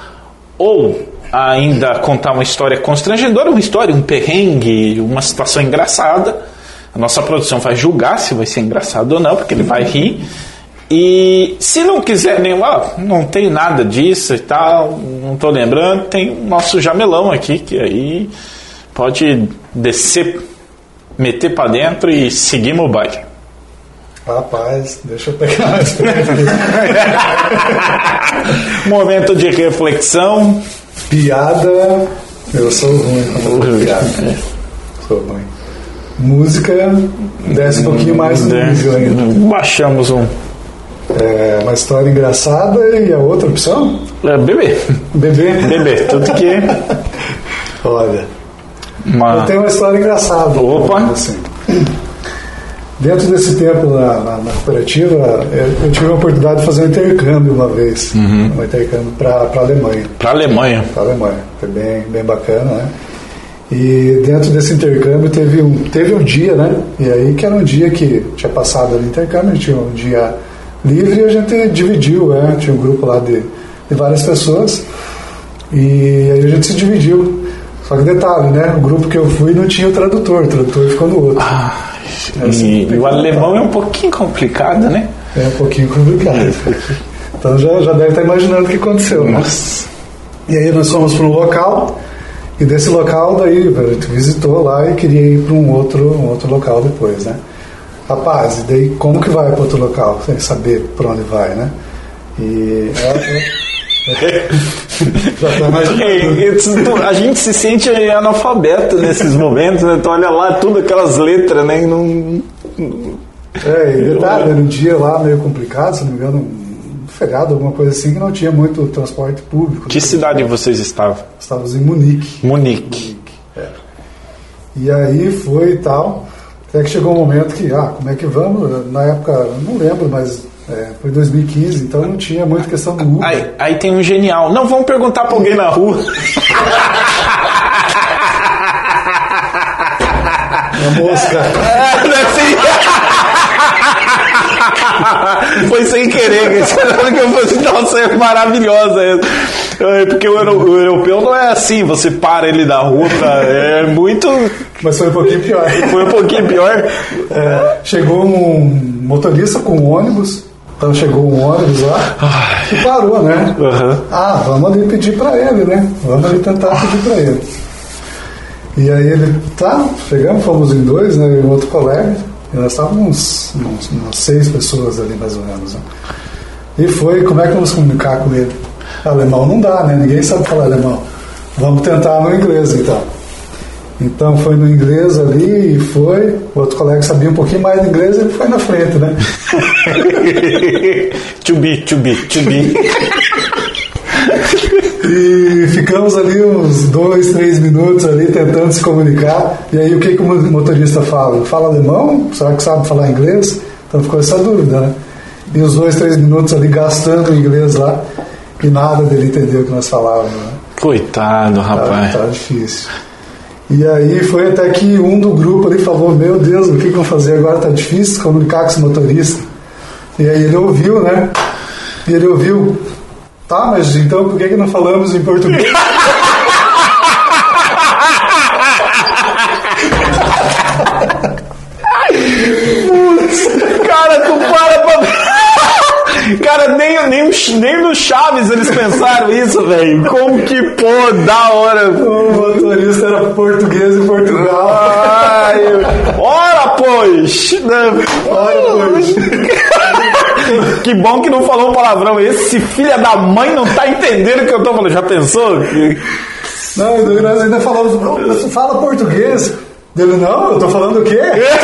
ou ainda contar uma história constrangedora, uma história, um perrengue, uma situação engraçada. A nossa produção vai julgar se vai ser engraçado ou não, porque ele vai rir. E se não quiser nenhum, ah, não tem nada disso e tal, não estou lembrando, tem o nosso jamelão aqui, que aí pode descer, meter para dentro e seguimos o baile. Rapaz, deixa eu pegar mais. Momento de reflexão. Piada, eu sou ruim com piada. É. Sou ruim. Música, desce um pouquinho mais no nível ainda. Baixamos um. É, uma história engraçada e a outra opção? É, bebê. Bebê? Bebê, tudo que... Olha, uma... eu tenho uma história engraçada. Opa! Assim. Dentro desse tempo na, na, na cooperativa, eu tive a oportunidade de fazer um intercâmbio uma vez. Uhum. Um intercâmbio para a Alemanha. Para a Alemanha? Para a Alemanha. Foi bem, bem bacana, né? E dentro desse intercâmbio teve um, teve um dia, né? E aí que era um dia que tinha passado no intercâmbio, tinha um dia livre e a gente dividiu, né? Tinha um grupo lá de, de várias pessoas e aí a gente se dividiu. Só que detalhe, né? O grupo que eu fui não tinha o tradutor, o tradutor ficou no outro. Ah, é assim, e o alemão é um pouquinho complicado, né? É um pouquinho complicado. Então já, já deve estar imaginando o que aconteceu, né? Nossa. E aí nós fomos para um local. E desse local daí, a gente visitou lá e queria ir para um outro, um outro local depois, né? Rapaz, e daí como que vai para outro local? Sem saber para onde vai, né? E... É, já tá mais... A gente se sente analfabeto nesses momentos, né? Então olha lá, tudo aquelas letras, né? E não... É, e detalhe, era um dia lá meio complicado, se não me engano, um feriado, alguma coisa assim, que não tinha muito transporte público. Que cidade vocês estavam? Estávamos em Munique. Munique. Munique, é. E aí foi e tal, até que chegou um momento que, ah, como é que vamos? Na época, eu não lembro, mas é, foi dois mil e quinze, então não tinha muita questão do Uber. Aí, aí tem um genial. Não, vamos perguntar pra alguém na rua. A mosca. É, assim... Foi sem querer, que eu falei, nossa, é maravilhosa essa. É, porque o, o europeu não é assim, você para ele na rua, pra, é muito... Mas foi um pouquinho pior. Foi um pouquinho pior. É, chegou um motorista com um ônibus, então chegou um ônibus lá e parou, né? Uhum. Ah, vamos ali pedir pra ele, né? Vamos ali tentar pedir pra ele. E aí ele, tá, chegamos, fomos em dois, né? E um outro colega. E nós estávamos uns, uns, umas seis pessoas ali, mais ou menos. Né? E foi, como é que vamos comunicar com ele? Alemão não dá, né? Ninguém sabe falar alemão. Vamos tentar no inglês, então. Então foi no inglês ali e foi. O outro colega sabia um pouquinho mais de inglês, ele foi na frente, né? To be, to be, to be. E ficamos ali uns dois, três minutos ali tentando se comunicar. E aí o que, que o motorista fala? Fala alemão? Será que sabe falar inglês? Então ficou essa dúvida, né? E os dois, três minutos ali gastando o inglês lá e nada dele entender o que nós falávamos, né? Coitado, rapaz. Tá, tá difícil. E aí foi até que um do grupo ali falou, meu Deus, o que, que eu vou fazer agora? Tá difícil se comunicar com esse motorista. E aí ele ouviu, né? E ele ouviu... Tá, mas então por que, que não falamos em português? Cara, tu para pra... Cara, nem, nem, nem no Chaves eles pensaram isso, velho. Como que, pô, da hora. O motorista era português em Portugal. Ai, ora, pois. Ora, pois. Que bom que não falou um palavrão. Esse filho da mãe não tá entendendo o que eu tô falando. Já pensou? Não, e nós ainda falamos, você fala português? Ele, não, eu tô falando o quê?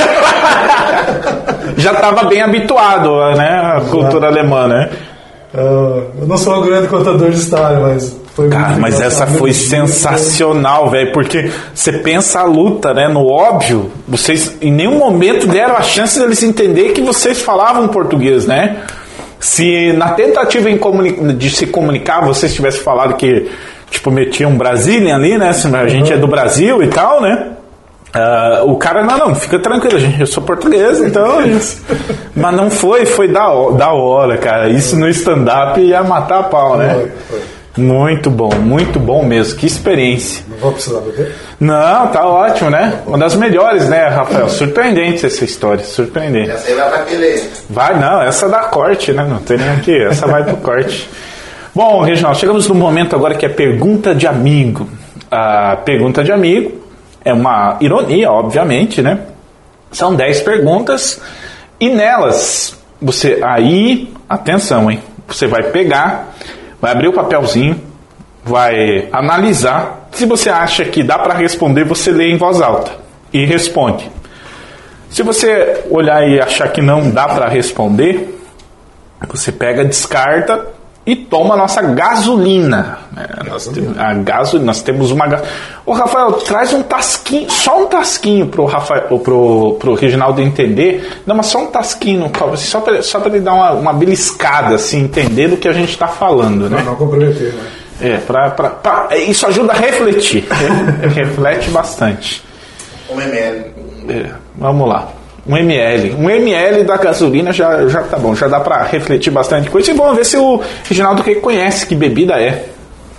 Já estava bem habituado, né, à cultura alemã, né? Uh, eu não sou um grande contador de história, mas foi Cara, muito mas essa foi sensacional, velho, porque você pensa a luta, né, no óbvio, vocês em nenhum momento deram a chance deles entenderem que vocês falavam português, né? Se na tentativa em comuni- de se comunicar vocês tivessem falado que, tipo, metiam um Brasília ali, né, se a gente é do Brasil e tal, né? Uh, o cara, não, não, fica tranquilo, gente, eu sou português, então... Mas não foi, foi da, da hora, cara. Isso no stand-up ia matar a pau, né? Foi, foi. Muito bom, muito bom mesmo. Que experiência. Não vou precisar beber? Não, tá ótimo, né? Uma das melhores, né, Rafael? Surpreendente essa história, surpreendente. Essa aí vai pra aquele... Vai, não, essa dá corte, né? Não tem nem aqui, essa vai pro corte. Bom, Reginaldo, chegamos no momento agora que é pergunta de amigo. A pergunta de amigo é uma ironia, obviamente, né? São dez perguntas e nelas, você aí, atenção, hein? Você vai pegar, vai abrir o papelzinho, vai analisar. Se você acha que dá para responder, você lê em voz alta e responde. Se você olhar e achar que não dá para responder, você pega, descarta e toma a nossa gasolina. É, nós, temos, a gaso, nós temos uma gasolina. Ô Rafael, traz um tasquinho, só um tasquinho pro, Rafael, pro, pro Reginaldo entender. Não, mas só um tasquinho no copo, assim, só para só ele dar uma, uma beliscada, assim, entender do que a gente está falando, né? Não, não comprometer, né? É, pra, pra, pra, isso ajuda a refletir. Reflete bastante. Um ml. É, vamos lá. Um ml. Um ml da gasolina já, já tá bom. Já dá pra refletir bastante coisa. E vamos ver se o Reginaldo reconhece que bebida é.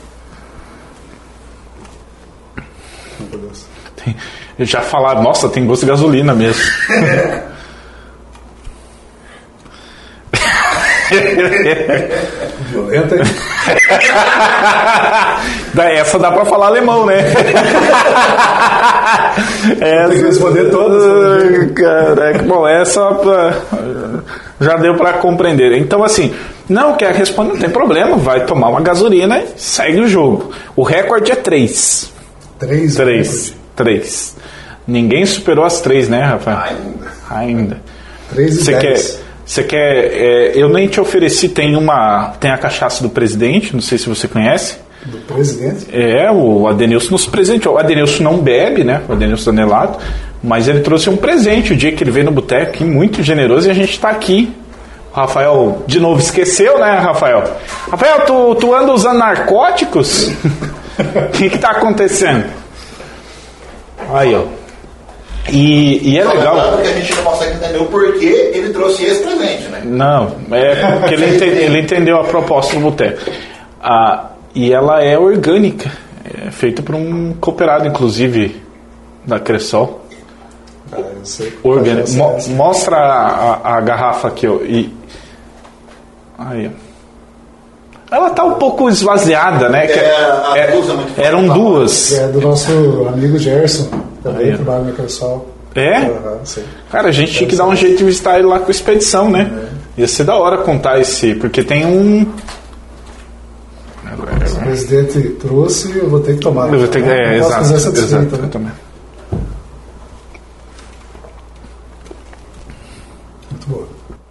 Tem, já falaram, nossa, tem gosto de gasolina mesmo. Violenta, hein? Essa dá pra falar alemão, né? Essa... Tem que responder todas. Caraca, bom, essa já deu pra compreender. Então, assim, não quer responder, não tem problema, vai tomar uma gasolina e segue o jogo. O recorde é três. Três? Três. Três. Ninguém superou as três, né, Rafael? Ainda. Ainda. três e dez. Você quer... É, eu nem te ofereci, tem uma... Tem a cachaça do presidente, não sei se você conhece. Do presidente? É, o Adenilson nos presenteou. O Adenilson não bebe, né? O Adenilson Danelato. Mas ele trouxe um presente o dia que ele veio no boteco, muito generoso, e a gente está aqui. O Rafael, de novo, esqueceu, né, Rafael? Rafael, tu, tu anda usando narcóticos? O que que tá acontecendo? Aí, ó. E, e é Só legal. lembrando que a gente não consegue entender o porquê ele trouxe esse presente, né? Não, é porque ele, ente, ele entendeu a proposta do boteco. Ah, e ela é orgânica, é feita por um cooperado, inclusive, da Cressol. Ah, eu sei. Orgânica. Mo, mostra a, a, a garrafa aqui, ó. E, aí, ó. Ela tá um pouco esvaziada, né? É, a é, duas é muito eram forte, duas. É do nosso amigo Gerson, também Aí, trabalha na Cressol. É? Uhum, sim. Cara, a gente tinha que dar um jeito de visitar ele lá com a expedição, né? É. Ia ser da hora contar esse, porque tem um... Se o presidente trouxe, eu vou ter que tomar. Eu vou ter que... É, não posso exato, fazer satisfeito, exato, né? também. Muito boa.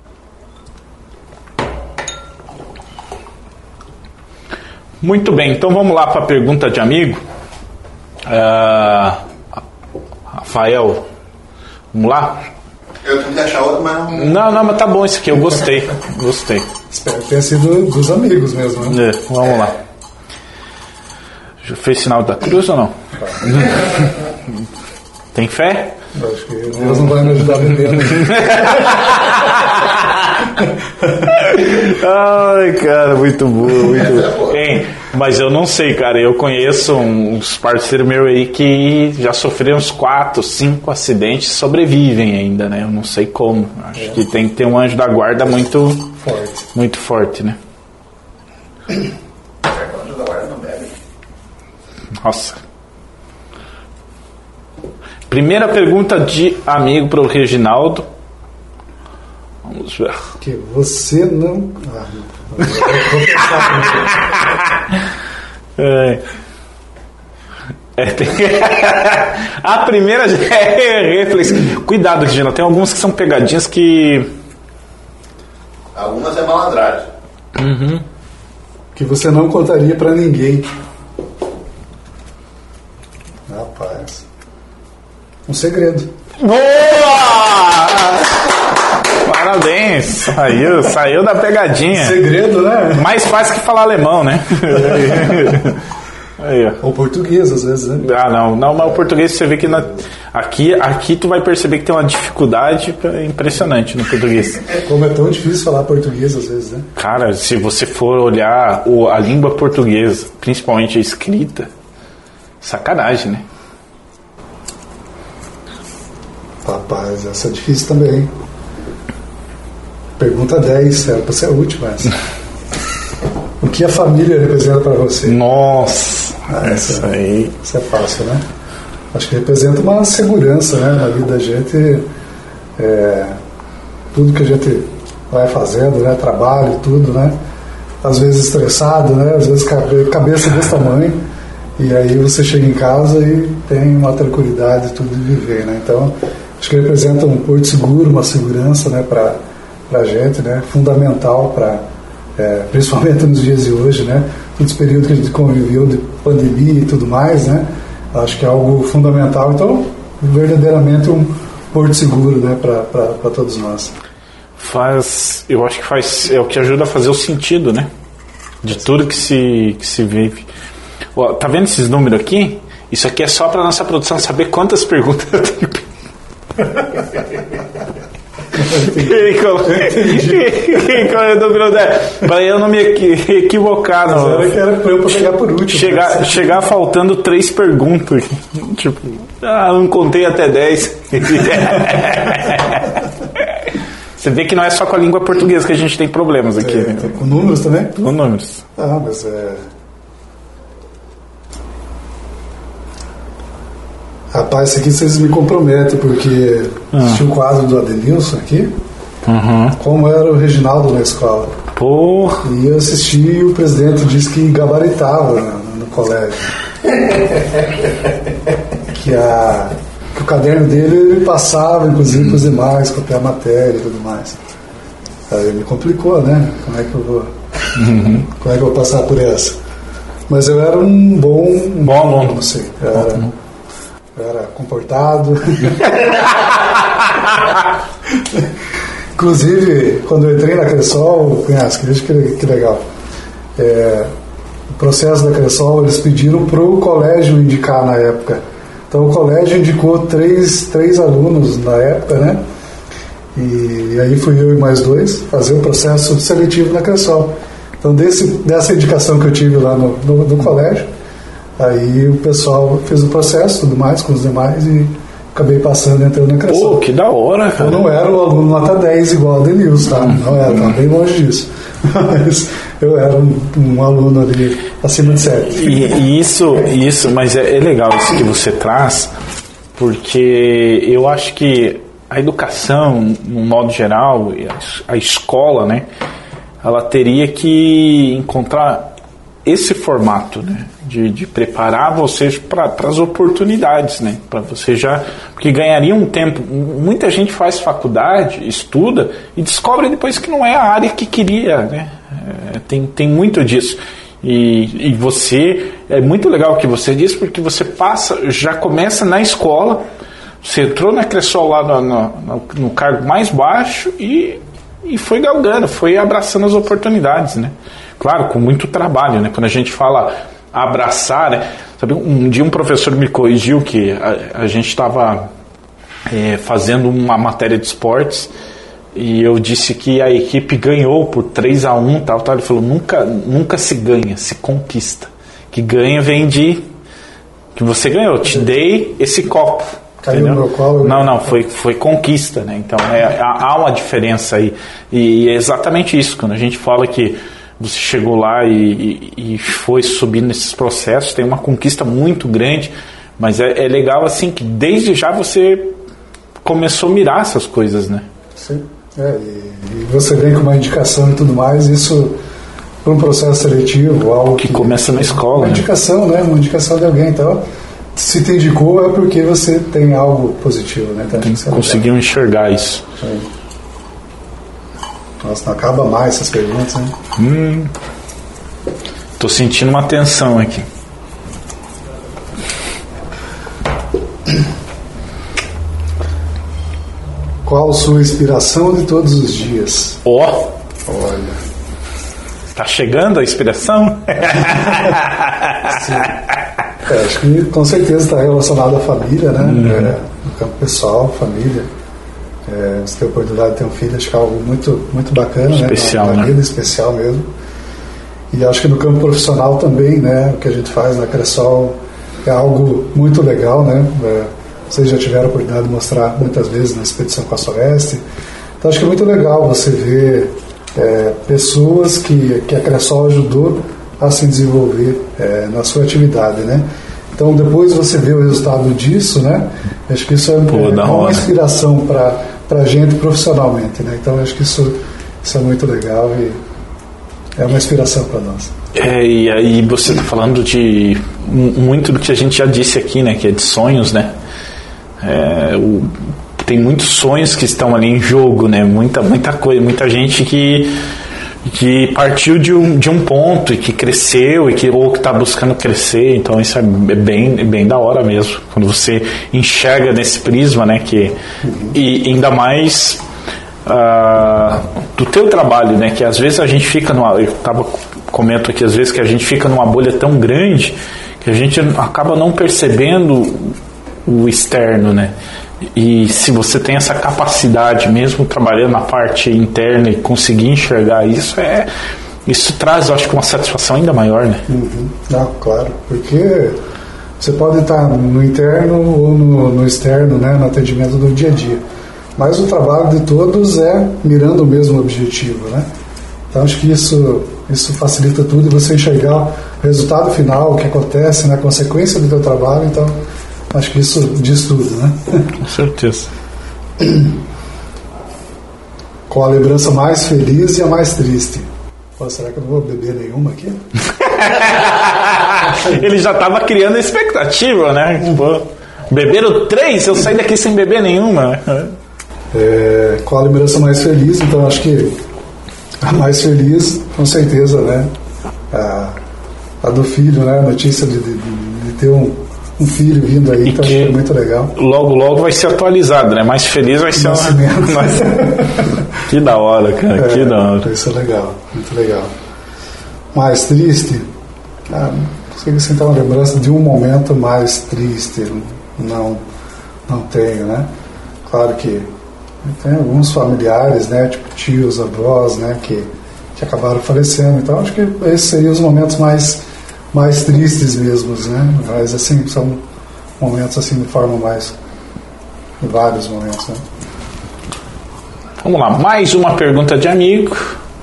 Muito bem, então vamos lá para a pergunta de amigo. Uh, Rafael, vamos lá? Eu tentei achar outro, mas não... Não, não, mas tá bom isso aqui, eu gostei. Gostei. Espero que tenha sido dos amigos mesmo, né? É, vamos lá. Já fez sinal da cruz ou não? Tem fé? Eu acho que Deus não vai me ajudar a beber. Ai, cara, muito boa, muito boa. Hein, mas eu não sei, cara. Eu conheço uns parceiros meus aí que já sofreram uns quatro, cinco acidentes e sobrevivem ainda, né? Eu não sei como. Acho é. que tem que ter um anjo da guarda muito forte, muito forte, né? O anjo da guarda não bebe. Nossa. Primeira pergunta de amigo para o Reginaldo. Vamos ver. Que você não. Ah, não. Eu vou pensar é. É, tem... A primeira é reflexão. Cuidado, Regina. Tem alguns que são pegadinhas que. Algumas é malandragem. Uhum. Que você não contaria pra ninguém. Rapaz. Um segredo. Boa! Parabéns! Saiu, saiu da pegadinha. Segredo, né? Mais fácil que falar alemão, né? Aí, ó. Ou português, às vezes, né? Ah, não, não, mas o português você vê que na, aqui, aqui tu vai perceber que tem uma dificuldade impressionante no português. Como é tão difícil falar português, às vezes, né? Cara, se você for olhar o, a língua portuguesa, principalmente a escrita, sacanagem, né? Rapaz, essa é difícil também. Pergunta dez, era pra ser a última essa. O que a família representa para você? Nossa, ah, essa, essa aí. Isso é fácil, né? Acho que representa uma segurança, né? Na vida da gente. É, tudo que a gente vai fazendo, né? Trabalho, tudo, né? Às vezes estressado, né? Às vezes cabeça desse tamanho. E aí você chega em casa e tem uma tranquilidade, tudo de viver, né? Então, acho que representa um porto seguro, uma segurança, né? Para a gente, né? Fundamental para... É, principalmente nos dias de hoje, né? Todo esse período que a gente conviveu de pandemia e tudo mais, né? Acho que é algo fundamental. Então, verdadeiramente um porto seguro, né? Para todos nós. Faz, eu acho que faz, é o que ajuda a fazer o sentido, né? De tudo que se, que se vive. Ó, tá vendo esses números aqui? Isso aqui é só para nossa produção saber quantas perguntas eu tenho. Para eu não me equivocar, não. Era que era para eu pegar por último. Chegar, chegar faltando três perguntas. Tipo, ah, não contei até dez. Você vê que não é só com a língua portuguesa que a gente tem problemas aqui. É, né? Com números também? Com números. Ah, mas é. Rapaz, isso aqui vocês me comprometem, porque ah. assisti o quadro do Adenilson aqui, uhum. como era o Reginaldo na escola. Porra. E eu assisti e o presidente disse que gabaritava no, no colégio. que a, que o caderno dele ele passava, inclusive, para os demais, copiar matéria e tudo mais. Aí me complicou, né? Como é que eu vou, uhum. como é que eu vou passar por essa? Mas eu era um bom, um bom aluno, não sei, eu era, eu era comportado. Inclusive, quando eu entrei na Cressol, conhece, que, que legal. É, o processo da Cressol, eles pediram para o colégio indicar na época. Então o colégio indicou três, três alunos na época, né? E aí fui eu e mais dois fazer o processo seletivo na Cressol. Então desse, dessa indicação que eu tive lá no, no, no colégio, aí o pessoal fez o processo, tudo mais, com os demais, e acabei passando e entrando na Cressol. Pô, que da hora, cara. Eu não era o aluno nota dez igual a Denilson, tá? Não era, estava bem longe disso. Mas eu era um, um aluno ali acima de sete. E, e isso, isso, mas é, é legal isso que você traz, porque eu acho que a educação, no modo geral, a, a escola, né, ela teria que encontrar esse formato, né, de, de preparar vocês para as oportunidades, né, para você já, porque ganharia um tempo. Muita gente faz faculdade, estuda e descobre depois que não é a área que queria, né, é, tem, tem muito disso. E, e você, é muito legal o que você disse, porque você passa, já começa na escola, você entrou na Cressol lá no, no, no cargo mais baixo e, e foi galgando, foi abraçando as oportunidades, né? Claro, com muito trabalho, né? Quando a gente fala abraçar, né? Sabe, um dia um professor me corrigiu que a, a gente estava é, fazendo uma matéria de esportes e eu disse que a equipe ganhou por três a um, tal, tal. Ele falou, nunca, nunca se ganha, se conquista. Que ganha vem de que você ganhou, eu te dei esse copo. Caiu no meu colo, não, não, foi, foi conquista, né? Então é, há uma diferença aí. E é exatamente isso, quando a gente fala que você chegou lá e, e, e foi subindo nesses processos, tem uma conquista muito grande, mas é, é legal assim que desde já você começou a mirar essas coisas, né? Sim, é, e, e você vem com uma indicação e tudo mais, isso para um processo seletivo, algo que, que começa na escola. Uma né? indicação, né? Uma indicação de alguém, então se te indicou é porque você tem algo positivo, né? Então, conseguiu enxergar isso. É. Nossa, não acaba mais essas perguntas, né? Hum, tô sentindo uma tensão aqui. Qual sua inspiração de todos os dias? Ó, oh. Olha. Tá chegando a inspiração? Sim. É, acho que com certeza está relacionado à família, né? Uhum. É, no campo pessoal, família. É, você ter a oportunidade de ter um filho, acho que é algo muito, muito bacana, especial, né? Uma né? vida especial mesmo. E acho que no campo profissional também, né? O que a gente faz na Cressol é algo muito legal, né? É, vocês já tiveram a oportunidade de mostrar muitas vezes na Expedição Costa Oeste. Então acho que é muito legal você ver é, pessoas que, que a Cressol ajudou a se desenvolver é, na sua atividade, né? Então depois você vê o resultado disso, né? Acho que isso é, Pô, é uma inspiração para para a gente profissionalmente, né? Então acho que isso, isso é muito legal e é uma inspiração para nós. É, e aí você está falando de muito do que a gente já disse aqui, né? Que é de sonhos, né? É, o, tem muitos sonhos que estão ali em jogo, né? Muita, muita coisa, muita gente que que partiu de um, de um ponto e que cresceu e que ou que está buscando crescer, então isso é bem, bem da hora mesmo, quando você enxerga nesse prisma, né, que, e ainda mais uh, do teu trabalho, né, que às vezes a gente fica numa, eu tava, comento aqui às vezes que a gente fica numa bolha tão grande que a gente acaba não percebendo o externo, né. E se você tem essa capacidade, mesmo trabalhando na parte interna e conseguir enxergar isso, é, isso traz, eu acho, uma satisfação ainda maior, né? Uhum. Ah, claro, porque você pode estar no interno ou no, no externo, né, no atendimento do dia a dia, mas o trabalho de todos é mirando o mesmo objetivo, né? Então acho que isso, isso facilita tudo e você enxergar o resultado final, o que acontece na consequência do teu trabalho, então acho que isso diz tudo, né? Com certeza. Qual a lembrança mais feliz e a mais triste? Pô, será que eu não vou beber nenhuma aqui? Ele já estava criando a expectativa, né? Pô, Beberam três? Eu saí daqui sem beber nenhuma. É, qual a lembrança mais feliz? Então acho que a mais feliz, com certeza, né? A, a do filho, né? A notícia de, de, de ter um, um filho vindo aí, então foi muito legal. Logo, logo vai ser atualizado, né? Mais feliz vai ser Nascimento. Mais... Que da hora, cara, é, que da hora. Isso é legal, muito legal. Mais triste? Ah, não consigo sentar uma lembrança de um momento mais triste. Não, não tenho, né? Claro que tem alguns familiares, né? Tipo tios, avós, né? Que, que acabaram falecendo. Então acho que esses seriam os momentos mais, mais tristes mesmos, né? Mas assim, são momentos assim de forma mais... vários momentos, né? Vamos lá, mais uma pergunta de amigo.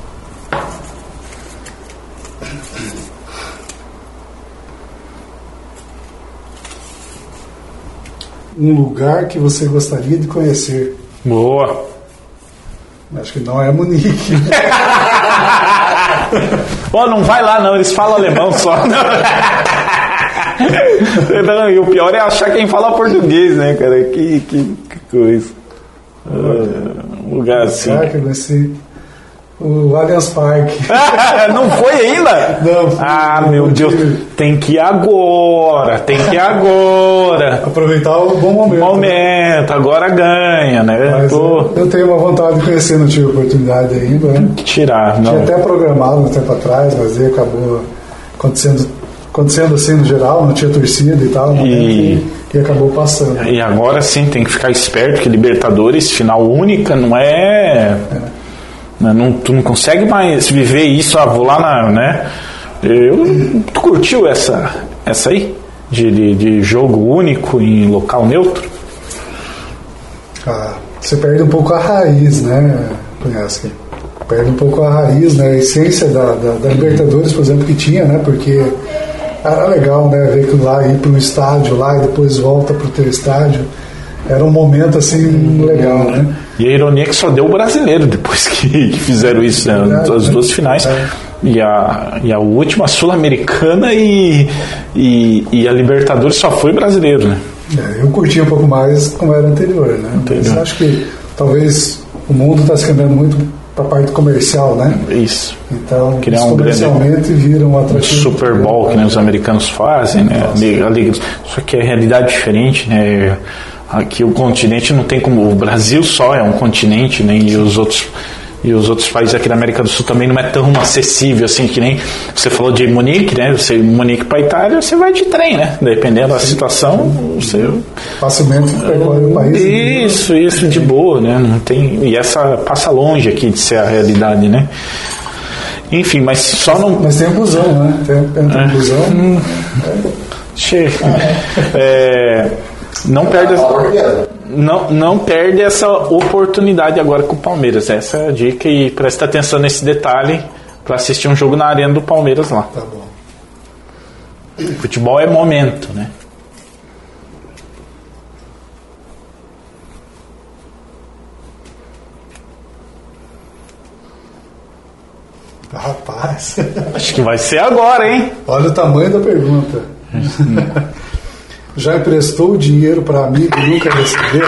Um lugar que você gostaria de conhecer? Boa. Acho que não é Munique. Pô, não vai lá não, eles falam alemão só. Não, e o pior é achar quem fala português, né, cara? Que, que, que coisa. Uh, um lugar assim. Lugar que eu conheci. O Allianz Parque. Não foi ainda? Não. Ah, meu Deus. Tem que ir agora. Tem que ir agora. Aproveitar o bom momento. Momento. Né? Agora ganha, né? Mas eu, eu tenho uma vontade de conhecer, não tive oportunidade ainda. Né? Tem que tirar. Não. Tinha até programado um tempo atrás, mas aí acabou acontecendo, acontecendo assim no geral, não tinha torcida e tal. E... E, e acabou passando. E agora sim, tem que ficar esperto, que Libertadores, final única, não é... é. Não, tu não consegue mais viver isso, ah, vou lá na, né? Eu, tu curtiu essa, essa aí? De, de, de jogo único em local neutro? Ah, você perde um pouco a raiz, né, Punhaski? Perde um pouco a raiz, né? A essência da, da, da Libertadores, por exemplo, que tinha, né? Porque era legal, né? Ver que lá ir para um estádio lá e depois volta para o teu estádio. Era um momento assim legal, né? E a ironia é que só deu o brasileiro depois que, que fizeram isso, né? Verdade, as duas finais. É. E, a, e a última Sul-Americana e, e, e a Libertadores só foi brasileiro, né? É, eu curti um pouco mais como era anterior, né? Anterior. Mas acho que talvez o mundo está se caminhando muito para a parte comercial, né? Isso. Então, criar um comercialmente grande viram um atrativo. Super Bowl que né, os americanos fazem, né? A liga, só que é realidade diferente, né? Aqui o continente não tem como... O Brasil só é um continente, né? E os outros, e os outros países aqui da América do Sul também não é tão acessível assim, que nem você falou de Munique, né? Você Munique para Itália, você vai de trem, né? Dependendo da situação, você... Facilmente percorre o país. Isso, isso de boa, né? Não tem... E essa passa longe aqui de ser a realidade, né? Enfim, mas só não... Mas tem a busão, né? Tem, tem a busão. Hum, é. Chega. É... Não perde, não, não perde essa oportunidade agora com o Palmeiras. Essa é a dica e presta atenção nesse detalhe para assistir um jogo na arena do Palmeiras lá. Tá bom. Futebol é momento, né? Rapaz. Acho que vai ser agora, hein? Olha o tamanho da pergunta. Já emprestou dinheiro para amigo e nunca recebeu?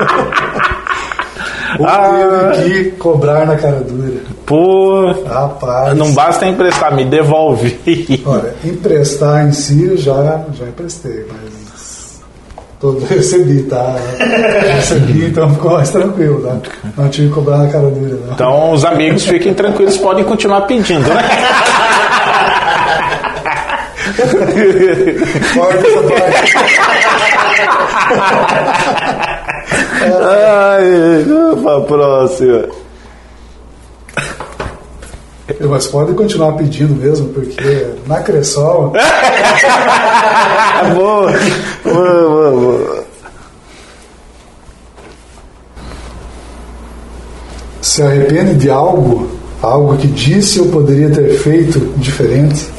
Ou ah, teve que cobrar na cara dura? Pô, rapaz. Não basta emprestar, me devolve. Olha, emprestar em si eu já, já emprestei, mas todo recebi, tá? Recebi, então ficou mais tranquilo, tá? Não tive que cobrar na cara dura, não. Então os amigos fiquem tranquilos, podem continuar pedindo, né? Corta essa parte. Ai, pra próxima. Mas pode continuar pedindo mesmo, porque na Cressol. Boa, boa, boa, boa. Se arrepende de algo, algo que disse ou poderia ter feito diferente?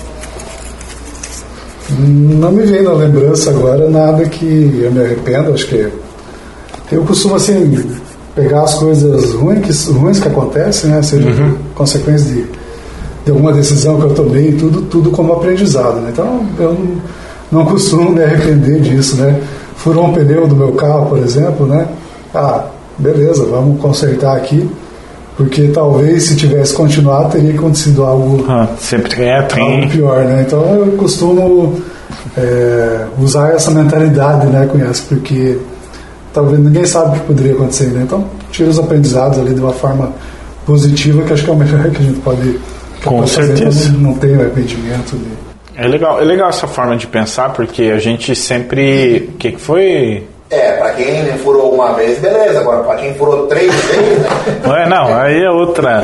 Não me vem na lembrança agora nada que eu me arrependo. Acho que eu costumo assim pegar as coisas ruins que, ruins que acontecem, né, seja uhum. consequência de, de alguma decisão que eu tomei, tudo, tudo como aprendizado, né? Então eu não, não costumo me arrepender disso, né? furou um pneu do meu carro, por exemplo, né? Ah, beleza, vamos consertar aqui, porque talvez se tivesse continuado teria acontecido algo, ah, sempre é, tem. algo pior, né? Então eu costumo é, usar essa mentalidade, né, com essa, porque talvez ninguém sabe o que poderia acontecer, né? Então tira os aprendizados ali de uma forma positiva, que acho que é o melhor que a gente pode, com pode certeza fazer quando não tem o arrependimento. De... É legal, é legal essa forma de pensar, porque a gente sempre... O que, que foi? É, pra quem furou uma vez, beleza. Agora, pra quem furou três vezes... Né? Não é, não, aí é outra...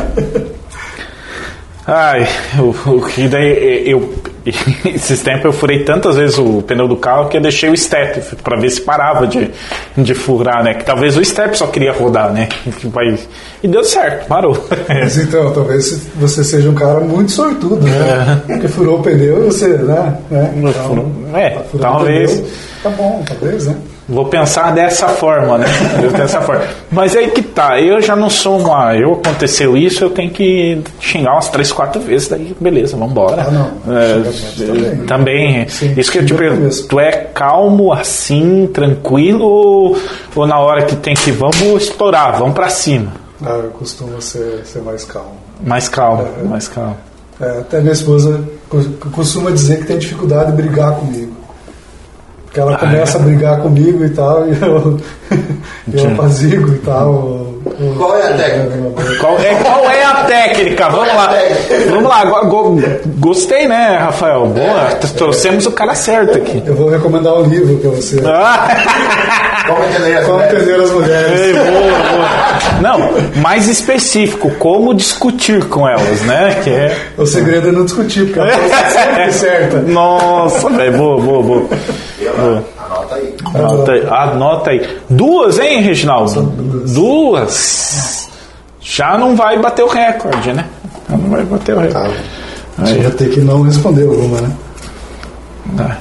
Ai, o, o que daí... Eu, esses tempos eu furei tantas vezes o pneu do carro que eu deixei o step pra ver se parava de, de furar, né? Que talvez o step só queria rodar, né? E deu certo, parou. Mas então, talvez você seja um cara muito sortudo, né? É. Porque furou o pneu e você, né? né? Então, é, talvez. Pneu, tá bom, talvez, né? Vou pensar dessa forma, né? Dessa forma. Mas aí que tá, eu já não sou uma... Eu aconteceu isso, eu tenho que xingar umas três, quatro vezes, daí beleza, vamos embora. Ah, não. É, também. também. Sim, isso que eu te pergunto, tu é calmo assim, tranquilo, ou, ou na hora que tem que vamos estourar, vamos pra cima? Ah, eu costumo ser, ser mais calmo. Mais calmo, é, mais calmo. É, até minha esposa costuma dizer que tem dificuldade de brigar comigo. Porque ela começa ah, é? a brigar comigo e tal, e eu, eu apazigo e tal. Qual é a técnica? Qual é, qual é a técnica? Vamos lá. Vamos lá. Gostei, né, Rafael? Boa. Trouxemos o cara certo aqui. Eu vou recomendar um livro para você. Ah. Como entender as como mulheres? Entender as mulheres. Ei, boa, boa. Não, mais específico, como discutir com elas, né? Que é... O segredo é não discutir, porque a pessoa é sempre certa. Nossa, velho, boa, boa, boa. boa. Anota aí. Anota aí. Anota aí. Duas, hein, Reginaldo? Duas. Duas. Já não vai bater o recorde, né? Já não vai bater o recorde. Tá. A gente vai ter que não responder alguma, né? Tá.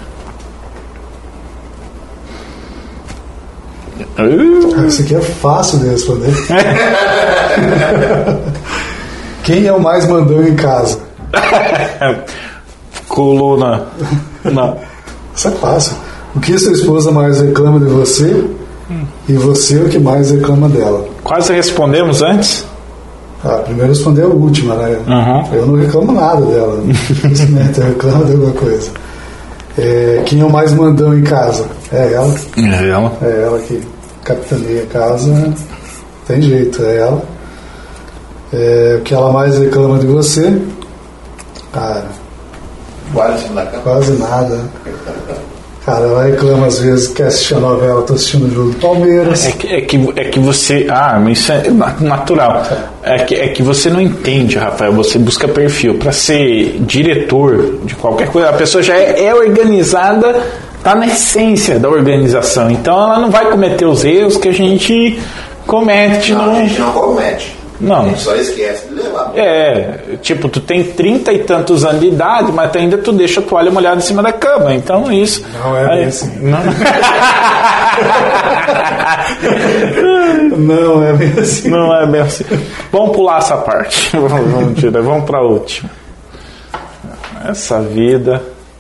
Uh. Isso aqui é fácil de responder. Quem é o mais mandão em casa? Coluna. Não. Isso é fácil. O que sua esposa mais reclama de você hum. e você o que mais reclama dela? Quase respondemos antes? Ah, primeiro responder a última, né? Uhum. Eu não reclamo nada dela. Simplesmente eu reclamo de alguma coisa. É, quem é o mais mandão em casa? É ela. É ela. É ela que capitaneia a casa. Tem jeito, é ela. É, o que ela mais reclama de você? Cara, quase nada. Cara, ela reclama às vezes que assiste a novela, tô assistindo o jogo do Palmeiras. É que, é que, é que você... Ah, isso é natural. É que, é que você não entende, Rafael. Você busca perfil. Para ser diretor de qualquer coisa, a pessoa já é, é organizada, tá na essência da organização. Então ela não vai cometer os erros que a gente comete. Não, no... a gente não comete. Não. A gente só esquece de levar. É, tipo, tu tem trinta e tantos anos de idade, mas ainda tu deixa a toalha molhada em cima da cama. Então isso. Não é aí, bem assim. Não... não é bem assim. Não é bem assim. Vamos pular essa parte. Vamos tirar, vamos para a última. Essa vida.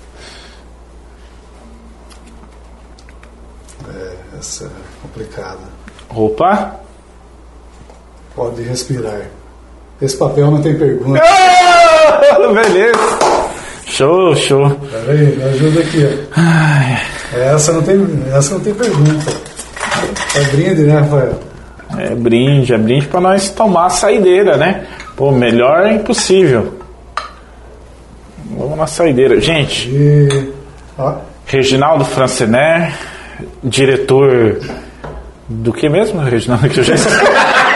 É, essa é complicada. Opa! Pode respirar. Esse papel não tem pergunta. Oh, beleza. Show, show. Peraí, me ajuda aqui. Ai. Essa não tem, essa não tem pergunta. É brinde, né, Rafael? É brinde, é brinde pra nós tomar a saideira, né? Pô, melhor é impossível. Vamos na saideira. Gente, e... ah. Reginaldo Francener, diretor do que mesmo, Reginaldo? Que eu já esqueci.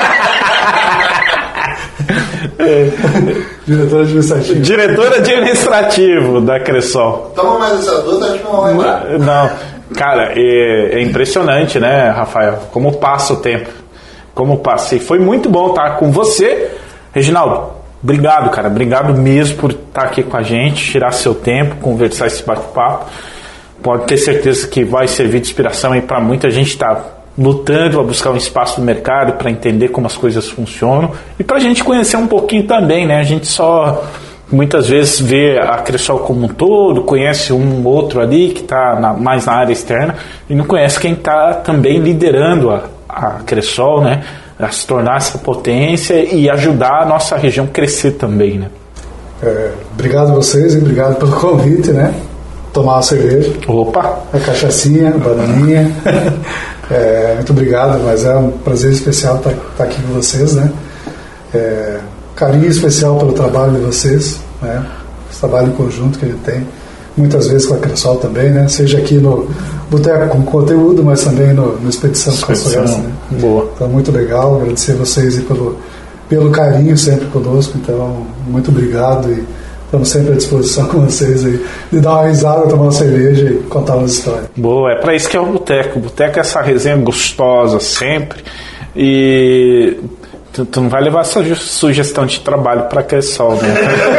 É. Diretor administrativo. Diretor administrativo da Cressol. Toma mais essas duas, acho que não vai mais. Não, cara, é, é impressionante, né, Rafael? Como passa o tempo. Como passa. E foi muito bom estar com você, Reginaldo. Obrigado, cara. Obrigado mesmo por estar aqui com a gente, tirar seu tempo, conversar esse bate-papo. Pode ter certeza que vai servir de inspiração aí para muita gente estar tá lutando a buscar um espaço no mercado para entender como as coisas funcionam e para a gente conhecer um pouquinho também, né? A gente só muitas vezes vê a Cressol como um todo, conhece um outro ali que está mais na área externa e não conhece quem está também liderando a, a Cressol, né, a se tornar essa potência e ajudar a nossa região a crescer também, né? É, obrigado a vocês e obrigado pelo convite, né? Tomar uma cerveja. Opa! A cachaçinha, a bananinha. É, muito obrigado, mas é um prazer especial estar, estar aqui com vocês, né? É, carinho especial pelo trabalho de vocês, né? Esse trabalho em conjunto que a gente tem, muitas vezes com a Cressol também, né? Seja aqui no Boteco com conteúdo, mas também no, no Expedição Consulência, né? Boa. Então, muito legal, agradecer a vocês e pelo, pelo carinho sempre conosco, então, muito obrigado e estamos sempre à disposição com vocês aí, de dar uma risada, tomar uma cerveja e contar umas histórias. Boa, é para isso que é o Boteco. O Boteco é essa resenha gostosa sempre e tu, tu não vai levar essa sugestão de trabalho para Cressol, né?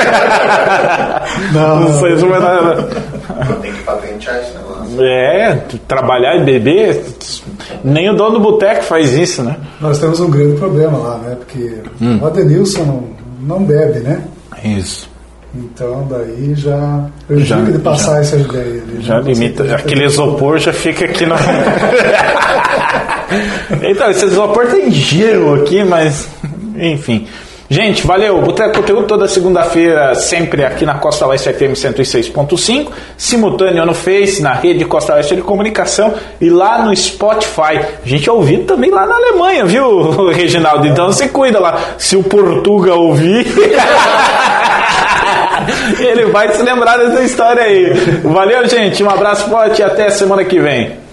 Não, não sei se vai dar. Tem que patentear esse negócio. É, trabalhar e beber, nem o dono do boteco faz isso, né? Nós temos um grande problema lá, né? Porque hum. o Adenilson não, não bebe, né? Isso. Então daí já eu já, digo de passar já, essa ideia. Ele já limita, aquele isopor já fica aqui na. Então, esse isopor tem gelo aqui, mas enfim. Gente, valeu. Boteco Conteúdo toda segunda-feira, sempre aqui na Costa Oeste F M cento e seis ponto cinco, simultâneo no Face, na rede Costa Oeste de Comunicação e lá no Spotify. A gente é ouvido também lá na Alemanha, viu, Reginaldo? Então se cuida lá. Se o Portuga ouvir, ele vai se lembrar dessa história aí. Valeu, gente. Um abraço forte e até semana que vem.